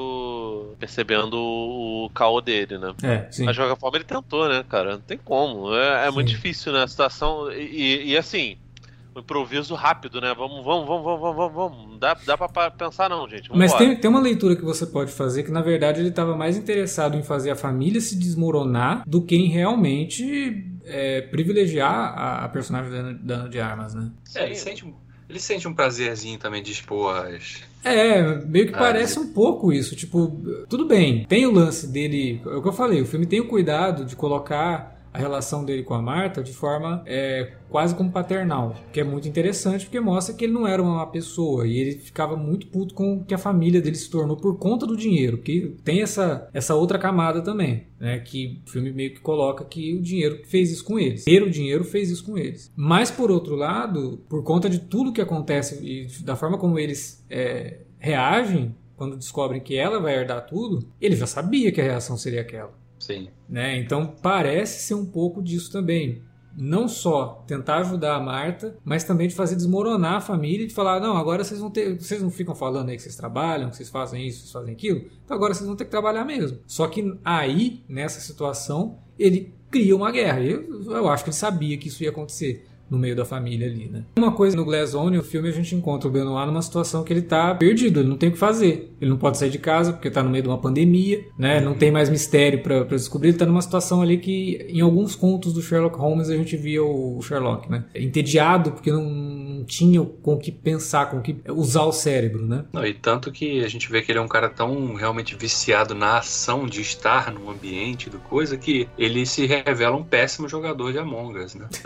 [SPEAKER 3] o caô dele, né?
[SPEAKER 1] Sim.
[SPEAKER 3] Mas de qualquer forma ele tentou, né, cara? Não tem como. É muito difícil, né? A situação. E assim. Um improviso rápido, né? Vamos. Dá pra pensar não, gente.
[SPEAKER 1] Mas tem uma leitura que você pode fazer que, na verdade, ele estava mais interessado em fazer a família se desmoronar do que em realmente privilegiar a personagem da Ana de Armas, né?
[SPEAKER 2] Ele sente um prazerzinho também de expor as...
[SPEAKER 1] Meio que parece um pouco isso. Tipo, tudo bem, tem o lance dele... É o que eu falei, o filme tem o cuidado de colocar a relação dele com a Martha de forma quase como paternal, que é muito interessante porque mostra que ele não era uma má pessoa e ele ficava muito puto com o que a família dele se tornou por conta do dinheiro, que tem essa outra camada também, né, que o filme meio que coloca que o dinheiro fez isso com eles, ter o dinheiro fez isso com eles. Mas por outro lado, por conta de tudo que acontece e da forma como eles reagem quando descobrem que ela vai herdar tudo, ele já sabia que a reação seria aquela.
[SPEAKER 2] Sim.
[SPEAKER 1] Né? Então parece ser um pouco disso também. Não só tentar ajudar a Martha, mas também de fazer desmoronar a família e de falar, não, agora vocês não ficam falando aí que vocês trabalham, que vocês fazem isso, vocês fazem aquilo, então agora vocês vão ter que trabalhar mesmo. Só que aí, nessa situação, ele cria uma guerra. Eu acho que ele sabia que isso ia acontecer no meio da família ali, né? Uma coisa no Glass Onion, o filme, a gente encontra o Benoit numa situação que ele tá perdido, ele não tem o que fazer. Ele não pode sair de casa porque tá no meio de uma pandemia, né? Não tem mais mistério pra descobrir. Ele tá numa situação ali que, em alguns contos do Sherlock Holmes, a gente via o Sherlock, né? Entediado porque não tinha com o que pensar, com o que usar o cérebro, né?
[SPEAKER 2] Não, e tanto que a gente vê que ele é um cara tão realmente viciado na ação de estar num ambiente do coisa que ele se revela um péssimo jogador de Among Us, né?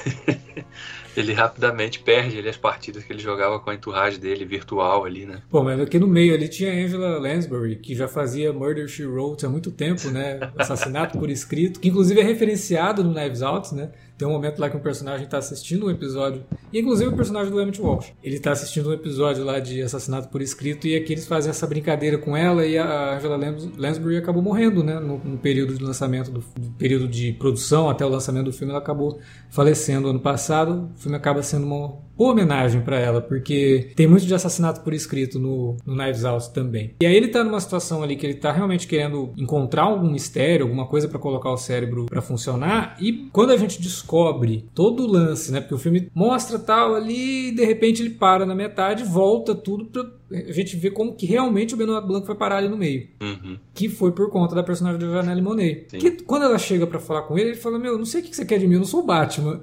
[SPEAKER 2] Ele rapidamente perde as partidas que ele jogava com a entourage dele virtual ali, né?
[SPEAKER 1] Pô, mas aqui no meio ali tinha a Angela Lansbury, que já fazia Murder, She Wrote há muito tempo, né? Assassinato por Escrito, que inclusive é referenciado no Knives Out, né? Tem um momento lá que um personagem está assistindo um episódio, e inclusive o personagem do Emmett Walsh, ele está assistindo um episódio lá de Assassinato por Escrito, e aqui eles fazem essa brincadeira com ela, e a Angela Lansbury acabou morrendo, né? No período de lançamento, do período de produção até o lançamento do filme, ela acabou falecendo ano passado. O filme acaba sendo uma boa homenagem para ela, porque tem muito de Assassinato por Escrito no Knives Out também. E aí ele tá numa situação ali que ele tá realmente querendo encontrar algum mistério, alguma coisa para colocar o cérebro para funcionar, e quando a gente descobre todo o lance, né, porque o filme mostra tal ali, e de repente ele para na metade, volta tudo pra a gente ver como que realmente o Benoit Blanc foi parar ali no meio.
[SPEAKER 2] Uhum.
[SPEAKER 1] Que foi por conta da personagem da Janelle Monáe.
[SPEAKER 2] Sim.
[SPEAKER 1] Que quando ela chega pra falar com ele fala, não sei o que você quer de mim, eu não sou o Batman.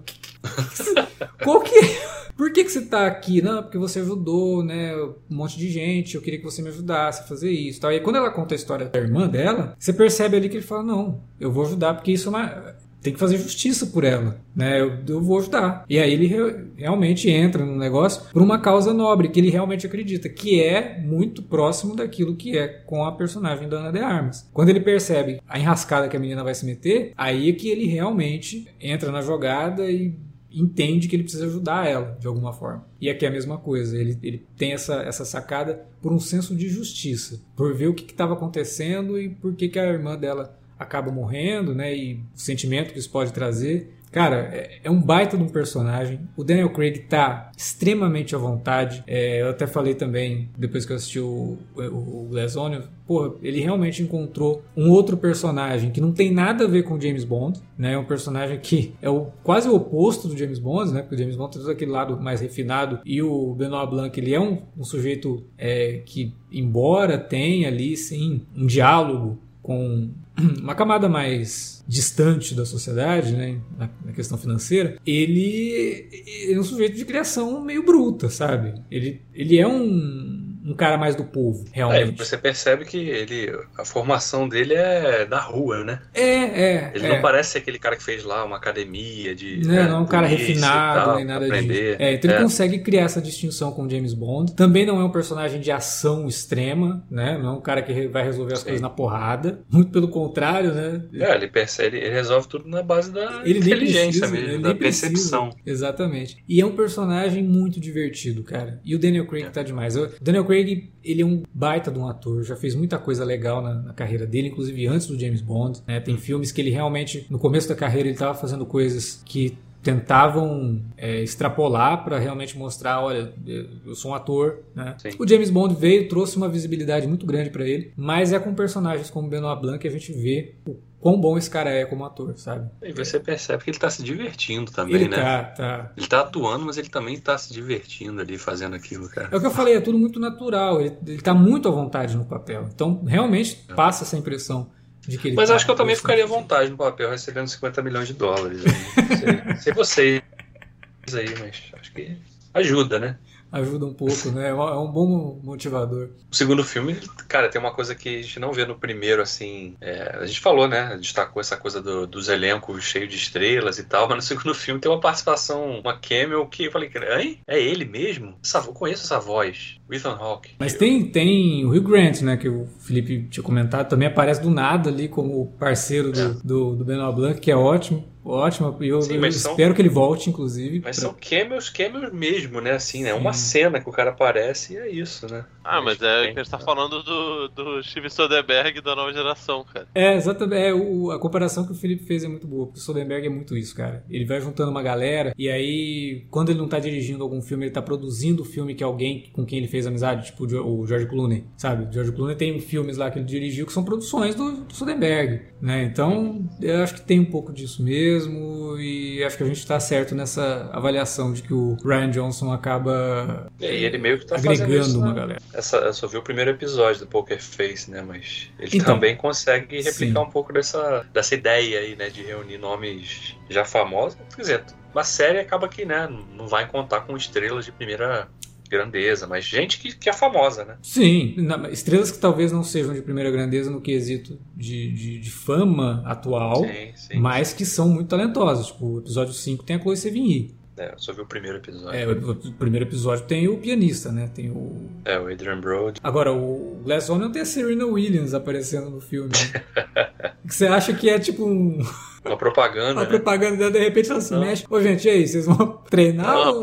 [SPEAKER 1] Qual que é? Por que você tá aqui? Não, porque você ajudou, né, um monte de gente, eu queria que você me ajudasse a fazer isso. Tal. E aí quando ela conta a história da irmã dela, você percebe ali que ele fala, não, eu vou ajudar porque isso é uma... Tem que fazer justiça por ela, né? Eu vou ajudar. E aí ele realmente entra no negócio por uma causa nobre, que ele realmente acredita, que é muito próximo daquilo que é com a personagem da Ana de Armas. Quando ele percebe a enrascada que a menina vai se meter, aí é que ele realmente entra na jogada e entende que ele precisa ajudar ela, de alguma forma. E aqui é a mesma coisa, ele tem essa sacada por um senso de justiça, por ver o que estava acontecendo e por que a irmã dela acaba morrendo, né, e o sentimento que isso pode trazer. Cara, é um baita de um personagem. O Daniel Craig tá extremamente à vontade. Eu até falei também, depois que eu assisti o Glass Onion, porra, ele realmente encontrou um outro personagem que não tem nada a ver com o James Bond, né? É um personagem que é quase o oposto do James Bond, né? Porque o James Bond tem todo aquele lado mais refinado e o Benoit Blanc, ele é um sujeito que, embora tenha ali, sim, um diálogo com uma camada mais distante da sociedade, né, na questão financeira, ele é um sujeito de criação meio bruta, sabe? Ele é um cara mais do povo, realmente.
[SPEAKER 2] Você percebe que a formação dele é da rua, né? Ele não parece ser aquele cara que fez lá uma academia de...
[SPEAKER 1] Não é um cara refinado, nem nada disso. Então ele consegue criar essa distinção com o James Bond. Também não é um personagem de ação extrema, né? Não é um cara que vai resolver as coisas na porrada. Muito pelo contrário, né?
[SPEAKER 2] Ele resolve tudo na base da inteligência mesmo, da percepção.
[SPEAKER 1] Exatamente. E é um personagem muito divertido, cara. E o Daniel Craig tá demais. O Daniel Craig, ele é um baita de um ator, já fez muita coisa legal na carreira dele, inclusive antes do James Bond, né? Tem filmes que ele realmente, no começo da carreira, ele estava fazendo coisas que tentavam extrapolar para realmente mostrar, olha, eu sou um ator, né? Sim. O James Bond veio, trouxe uma visibilidade muito grande para ele, mas é com personagens como Benoit Blanc que a gente vê o quão bom esse cara é como ator, sabe?
[SPEAKER 2] E você percebe que ele tá se divertindo também, né?
[SPEAKER 1] Tá.
[SPEAKER 2] Ele tá atuando, mas ele também tá se divertindo ali, fazendo aquilo, cara.
[SPEAKER 1] É o que eu falei, é tudo muito natural, ele tá muito à vontade no papel, então realmente passa essa impressão.
[SPEAKER 2] Mas acho que eu também ficaria à vontade no papel, recebendo $50 milhões. Não sei vocês aí, mas acho que ajuda, né?
[SPEAKER 1] Ajuda um pouco, né? É um bom motivador.
[SPEAKER 2] O segundo filme, cara, tem uma coisa que a gente não vê no primeiro, assim. A gente falou, né? Destacou essa coisa dos elencos cheios de estrelas e tal, mas no segundo filme tem uma participação, uma cameo que eu falei, hein? É ele mesmo? Eu conheço essa voz. Ethan Hawke.
[SPEAKER 1] Mas tem o Hugh Grant, né? Que o Felipe tinha comentado, também aparece do nada ali como parceiro do Benoit Blanc, que é ótimo. Ótimo, e eu espero que ele volte, inclusive.
[SPEAKER 2] Mas são cameos mesmo, né? Assim, né? Uma cena que o cara aparece e é isso, né?
[SPEAKER 3] Mas é que a gente tá falando do Steven Soderbergh da nova geração, cara.
[SPEAKER 1] Exatamente. A comparação que o Felipe fez é muito boa, porque o Soderbergh é muito isso, cara. Ele vai juntando uma galera, e aí, quando ele não tá dirigindo algum filme, ele tá produzindo o filme que é alguém com quem ele fez amizade, tipo o George Clooney, sabe? O George Clooney tem filmes lá que ele dirigiu que são produções do Soderbergh, né? Então, eu acho que tem um pouco disso mesmo. E acho que a gente está certo nessa avaliação de que o Rian Johnson acaba
[SPEAKER 2] ele meio que tá
[SPEAKER 1] agregando uma galera.
[SPEAKER 2] Eu só vi o primeiro episódio do Poker Face, né? Mas ele também consegue replicar um pouco dessa ideia aí, né? De reunir nomes já famosos. Quer dizer, uma série acaba que, né? Não vai contar com estrelas de primeira grandeza, mas gente que é famosa, né?
[SPEAKER 1] Sim, estrelas que talvez não sejam de primeira grandeza no quesito de fama atual, sim, mas que são muito talentosas. Tipo, o episódio 5 tem a Chloe Sevigny.
[SPEAKER 2] Eu só vi o primeiro episódio.
[SPEAKER 1] O primeiro episódio tem o pianista, né? Tem o
[SPEAKER 2] Adrian Brody.
[SPEAKER 1] Agora, o Glass Onion tem a Serena Williams aparecendo no filme. Né? Que você acha que é tipo
[SPEAKER 2] uma propaganda.
[SPEAKER 1] Uma propaganda, de repente ela se mexe. Ô, gente, e aí, vocês vão treinar?
[SPEAKER 3] Não,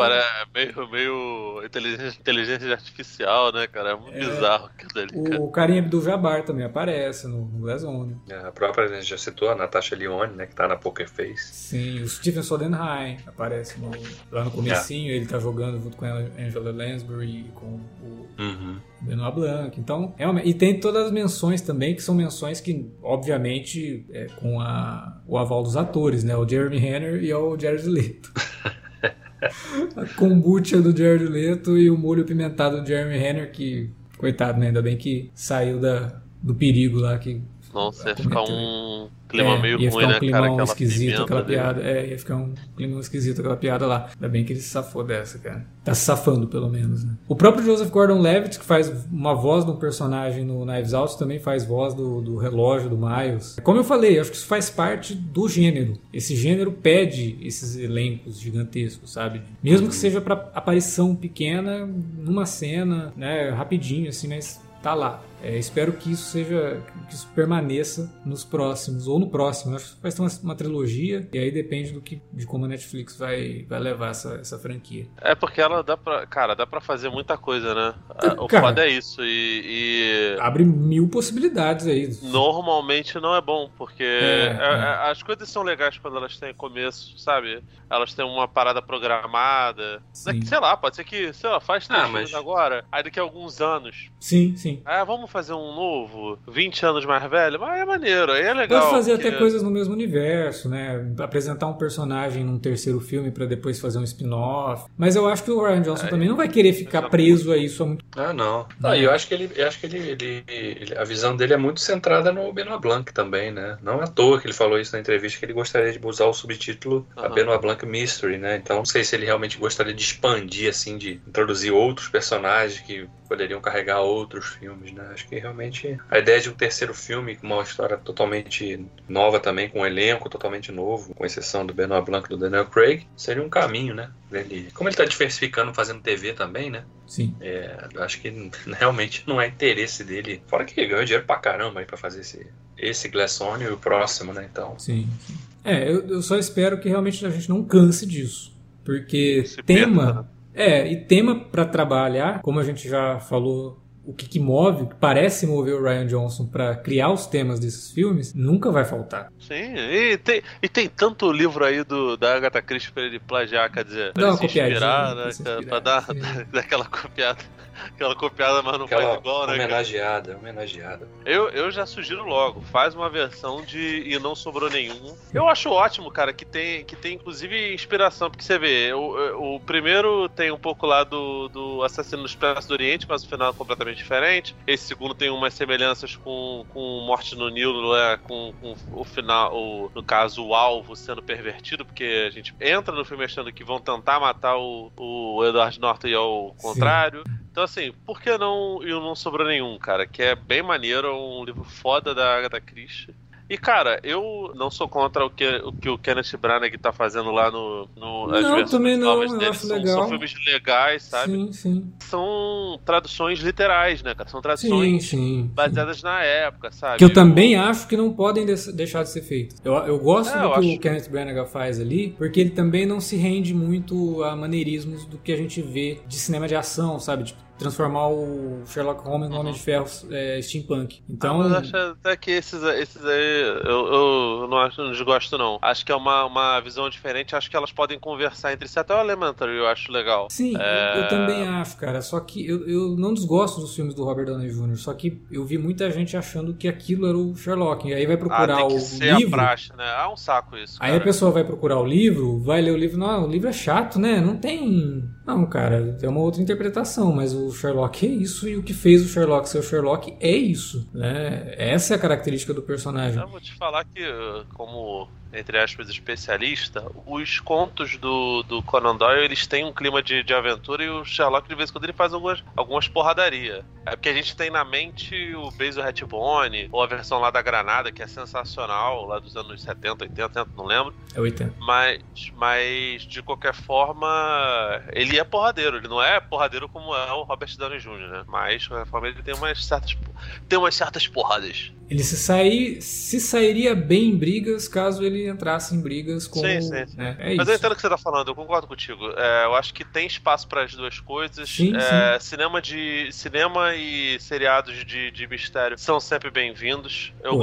[SPEAKER 3] meio inteligência artificial, né, cara? É muito bizarro aquilo ali, cara.
[SPEAKER 1] O Karim Abdul-Jabbar também aparece no Glass Onion.
[SPEAKER 2] A própria, a gente já citou, a Natasha Lyonne, né, que tá na Poker Face.
[SPEAKER 1] Sim, o Stephen Sondheim aparece lá no comecinho, ele tá jogando junto com a Angela Lansbury, com o Benoit Blanc. Então, e tem todas as menções também, que são menções que, obviamente, com o aval dos atores, né? O Jeremy Renner e o Jared Leto. A kombucha do Jared Leto e o molho pimentado do Jeremy Renner, que, coitado, né? Ainda bem que saiu do perigo lá.
[SPEAKER 3] Nossa, ia ficar um clima meio ruim,
[SPEAKER 1] né,
[SPEAKER 3] cara? Ia ficar um
[SPEAKER 1] esquisito aquela piada. Ia ficar um clima esquisito aquela piada lá. Ainda bem que ele se safou dessa, cara. Tá se safando, pelo menos, né? O próprio Joseph Gordon-Levitt, que faz uma voz de um personagem no Knives Out, também faz voz do relógio do Miles. Como eu falei, acho que isso faz parte do gênero. Esse gênero pede esses elencos gigantescos, sabe? Mesmo que seja pra aparição pequena, numa cena, né? Rapidinho, assim, mas tá lá. Espero que isso permaneça nos próximos, ou no próximo. Acho que vai ser uma trilogia, e aí depende de como a Netflix vai levar essa franquia.
[SPEAKER 3] Porque ela dá pra fazer muita coisa, né? O foda é isso, e
[SPEAKER 1] abre 1000 possibilidades aí.
[SPEAKER 3] Normalmente não é bom, porque as coisas são legais quando elas têm começo, sabe? Elas têm uma parada programada. Sei lá, pode ser que, faz 3 filmes agora, aí daqui a alguns anos.
[SPEAKER 1] Sim.
[SPEAKER 3] Vamos fazer um novo, 20 anos mais velho, mas é maneiro, aí é legal.
[SPEAKER 1] Pode fazer até coisas no mesmo universo, né? Apresentar um personagem num terceiro filme pra depois fazer um spin-off. Mas eu acho que o Rian Johnson também não vai querer ficar preso a isso há muito tempo.
[SPEAKER 2] Não. Eu acho que a visão dele é muito centrada no Benoit Blanc também, né? Não é à toa que ele falou isso na entrevista, que ele gostaria de usar o subtítulo a Benoit Blanc Mystery, né? Então não sei se ele realmente gostaria de expandir, assim, de introduzir outros personagens que poderiam carregar outros filmes, né? Acho que realmente a ideia de um terceiro filme com uma história totalmente nova também, com um elenco totalmente novo, com exceção do Benoit Blanc e do Daniel Craig, seria um caminho, né? Como ele tá diversificando, fazendo TV também, né?
[SPEAKER 1] Sim.
[SPEAKER 2] Acho que realmente não é interesse dele. Fora que ganhou dinheiro pra caramba aí pra fazer esse Glass Onion e o próximo, né? Então.
[SPEAKER 1] Sim. Eu só espero que realmente a gente não canse disso. Porque tema pra trabalhar, como a gente já falou, o que move, o que parece mover o Rian Johnson pra criar os temas desses filmes, nunca vai faltar.
[SPEAKER 3] Sim, e tem tanto livro aí da Agatha Christie pra ele plagiar, quer dizer,
[SPEAKER 1] pra
[SPEAKER 3] ele se inspirar,
[SPEAKER 1] pra
[SPEAKER 3] dar aquela copiada. Aquela copiada, mas não
[SPEAKER 2] Aquela
[SPEAKER 3] faz igual, né?
[SPEAKER 2] homenageada.
[SPEAKER 3] Eu já sugiro logo, faz uma versão de E Não Sobrou Nenhum. Eu acho ótimo, cara, que tem inclusive inspiração, porque você vê, o primeiro tem um pouco lá do Assassino do Expresso do Oriente, mas o final é completamente diferente. Esse segundo tem umas semelhanças com Morte no Nilo, com o final, no caso, o alvo sendo pervertido, porque a gente entra no filme achando que vão tentar matar o Edward Norton e ao contrário. Então, assim, por que não E Não Sobrou Nenhum, cara? Que é bem maneiro, é um livro foda da Agatha Christie. E, cara, eu não sou contra o que o Kenneth Branagh tá fazendo lá nas
[SPEAKER 1] Não, também não,
[SPEAKER 3] novas
[SPEAKER 1] eu
[SPEAKER 3] dele.
[SPEAKER 1] acho legal.
[SPEAKER 3] São filmes legais, sabe?
[SPEAKER 1] Sim.
[SPEAKER 3] São traduções literais, né, cara? São traduções baseadas na época, sabe?
[SPEAKER 1] Que eu também acho que não podem deixar de ser feitos. Eu gosto do que o Kenneth Branagh faz ali, porque ele também não se rende muito a maneirismos do que a gente vê de cinema de ação, sabe? Tipo, transformar o Sherlock Holmes no Homem de Ferro steampunk. Então,
[SPEAKER 3] mas eu acho até que esses aí eu não desgosto, não. Acho que é uma visão diferente. Acho que elas podem conversar entre si. Até o Elementary eu acho legal.
[SPEAKER 1] Sim, eu também acho, cara. Só que eu não desgosto dos filmes do Robert Downey Jr. Só que eu vi muita gente achando que aquilo era o Sherlock. E aí vai procurar
[SPEAKER 3] tem que
[SPEAKER 1] o
[SPEAKER 3] ser
[SPEAKER 1] livro.
[SPEAKER 3] A praxe, né? Um saco isso,
[SPEAKER 1] Aí
[SPEAKER 3] cara.
[SPEAKER 1] a pessoa vai procurar o livro, vai ler o livro. Não, o livro é chato, né? Não tem... Não, cara, é uma outra interpretação, mas o Sherlock é isso, e o que fez o Sherlock ser o Sherlock é isso, né? Essa é a característica do personagem.
[SPEAKER 3] Eu vou te falar que, como, entre aspas, especialista, os contos do Conan Doyle, eles têm um clima de aventura, e o Sherlock, de vez em quando, ele faz algumas porradarias. É porque a gente tem na mente o Basil Rathbone, ou a versão lá da Granada, que é sensacional, lá dos anos 70, 80, não lembro.
[SPEAKER 1] É 80.
[SPEAKER 3] Mas de qualquer forma, ele é porradeiro. Ele não é porradeiro como é o Robert Downey Jr., né? Mas, de qualquer forma, ele tem umas certas porradas.
[SPEAKER 1] Ele se sairia bem em brigas caso ele entrasse em brigas com...
[SPEAKER 3] Sim.
[SPEAKER 1] Né?
[SPEAKER 3] Mas
[SPEAKER 1] isso.
[SPEAKER 3] eu entendo o que você tá falando, eu concordo contigo. Eu acho que tem espaço para as duas coisas.
[SPEAKER 1] Sim.
[SPEAKER 3] Cinema e seriados de mistério são sempre bem-vindos. Eu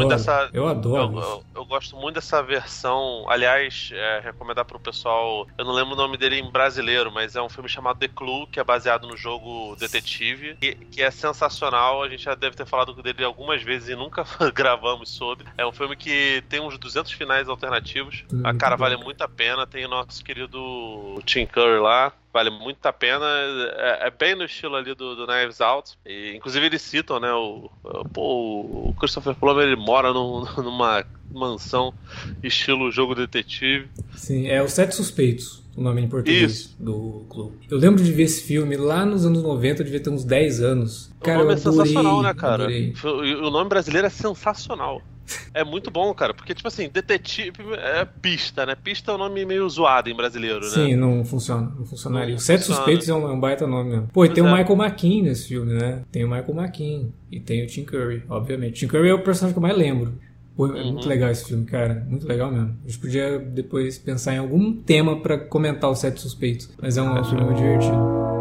[SPEAKER 3] gosto muito dessa versão. Aliás, recomendar pro pessoal, eu não lembro o nome dele em brasileiro, mas é um filme chamado The Clue, que é baseado no jogo Detetive, que é sensacional. A gente já deve ter falado dele algumas vezes e nunca gravamos sobre. É um filme que tem uns 200 finais alternativos. Cara, vale muito a pena. Tem o nosso querido Tim Curry lá. Vale muito a pena. É bem no estilo ali do Knives Out. E, inclusive, eles citam, né? O Christopher Plummer, ele mora numa mansão estilo jogo detetive.
[SPEAKER 1] Sim, é Os Sete Suspeitos, o nome em português do clube. Eu lembro de ver esse filme lá nos anos 90, eu devia ter uns 10 anos. Cara,
[SPEAKER 3] o nome é sensacional, né, cara?
[SPEAKER 1] Adorei.
[SPEAKER 3] O nome brasileiro é sensacional. É muito bom, cara, porque, tipo assim, detetive é pista, né? Pista é um nome meio zoado em brasileiro, né?
[SPEAKER 1] Sim, não funcionaria. Os Sete Suspeitos é um baita nome mesmo. Pô, e tem o Michael McKean nesse filme, né? Tem o Michael McKean e tem o Tim Curry, obviamente. Tim Curry é o personagem que eu mais lembro. Pô, é muito legal esse filme, cara. Muito legal mesmo. A gente podia depois pensar em algum tema pra comentar os Sete Suspeitos. Mas é um filme muito divertido.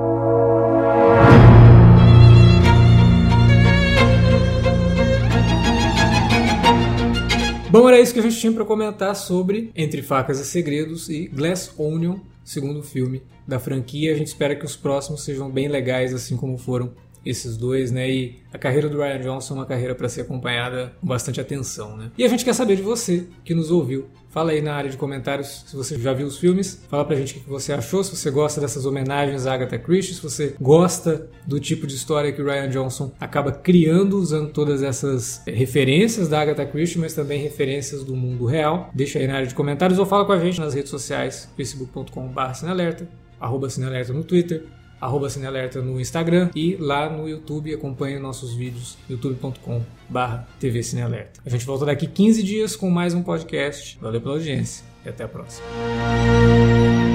[SPEAKER 1] Bom, era isso que a gente tinha pra comentar sobre Entre Facas e Segredos e Glass Onion, segundo filme da franquia. A gente espera que os próximos sejam bem legais, assim como foram esses dois, né? E a carreira do Rian Johnson é uma carreira para ser acompanhada com bastante atenção, né? E a gente quer saber de você que nos ouviu. Fala aí na área de comentários se você já viu os filmes. Fala pra gente o que você achou, se você gosta dessas homenagens à Agatha Christie, se você gosta do tipo de história que o Rian Johnson acaba criando usando todas essas referências da Agatha Christie, mas também referências do mundo real. Deixa aí na área de comentários ou fala com a gente nas redes sociais, facebook.com/cinealerta, @cinealerta no Twitter, @cinealerta no Instagram e lá no YouTube acompanhe nossos vídeos, youtube.com/TV Cinealerta. A gente volta daqui 15 dias com mais um podcast. Valeu pela audiência e até a próxima.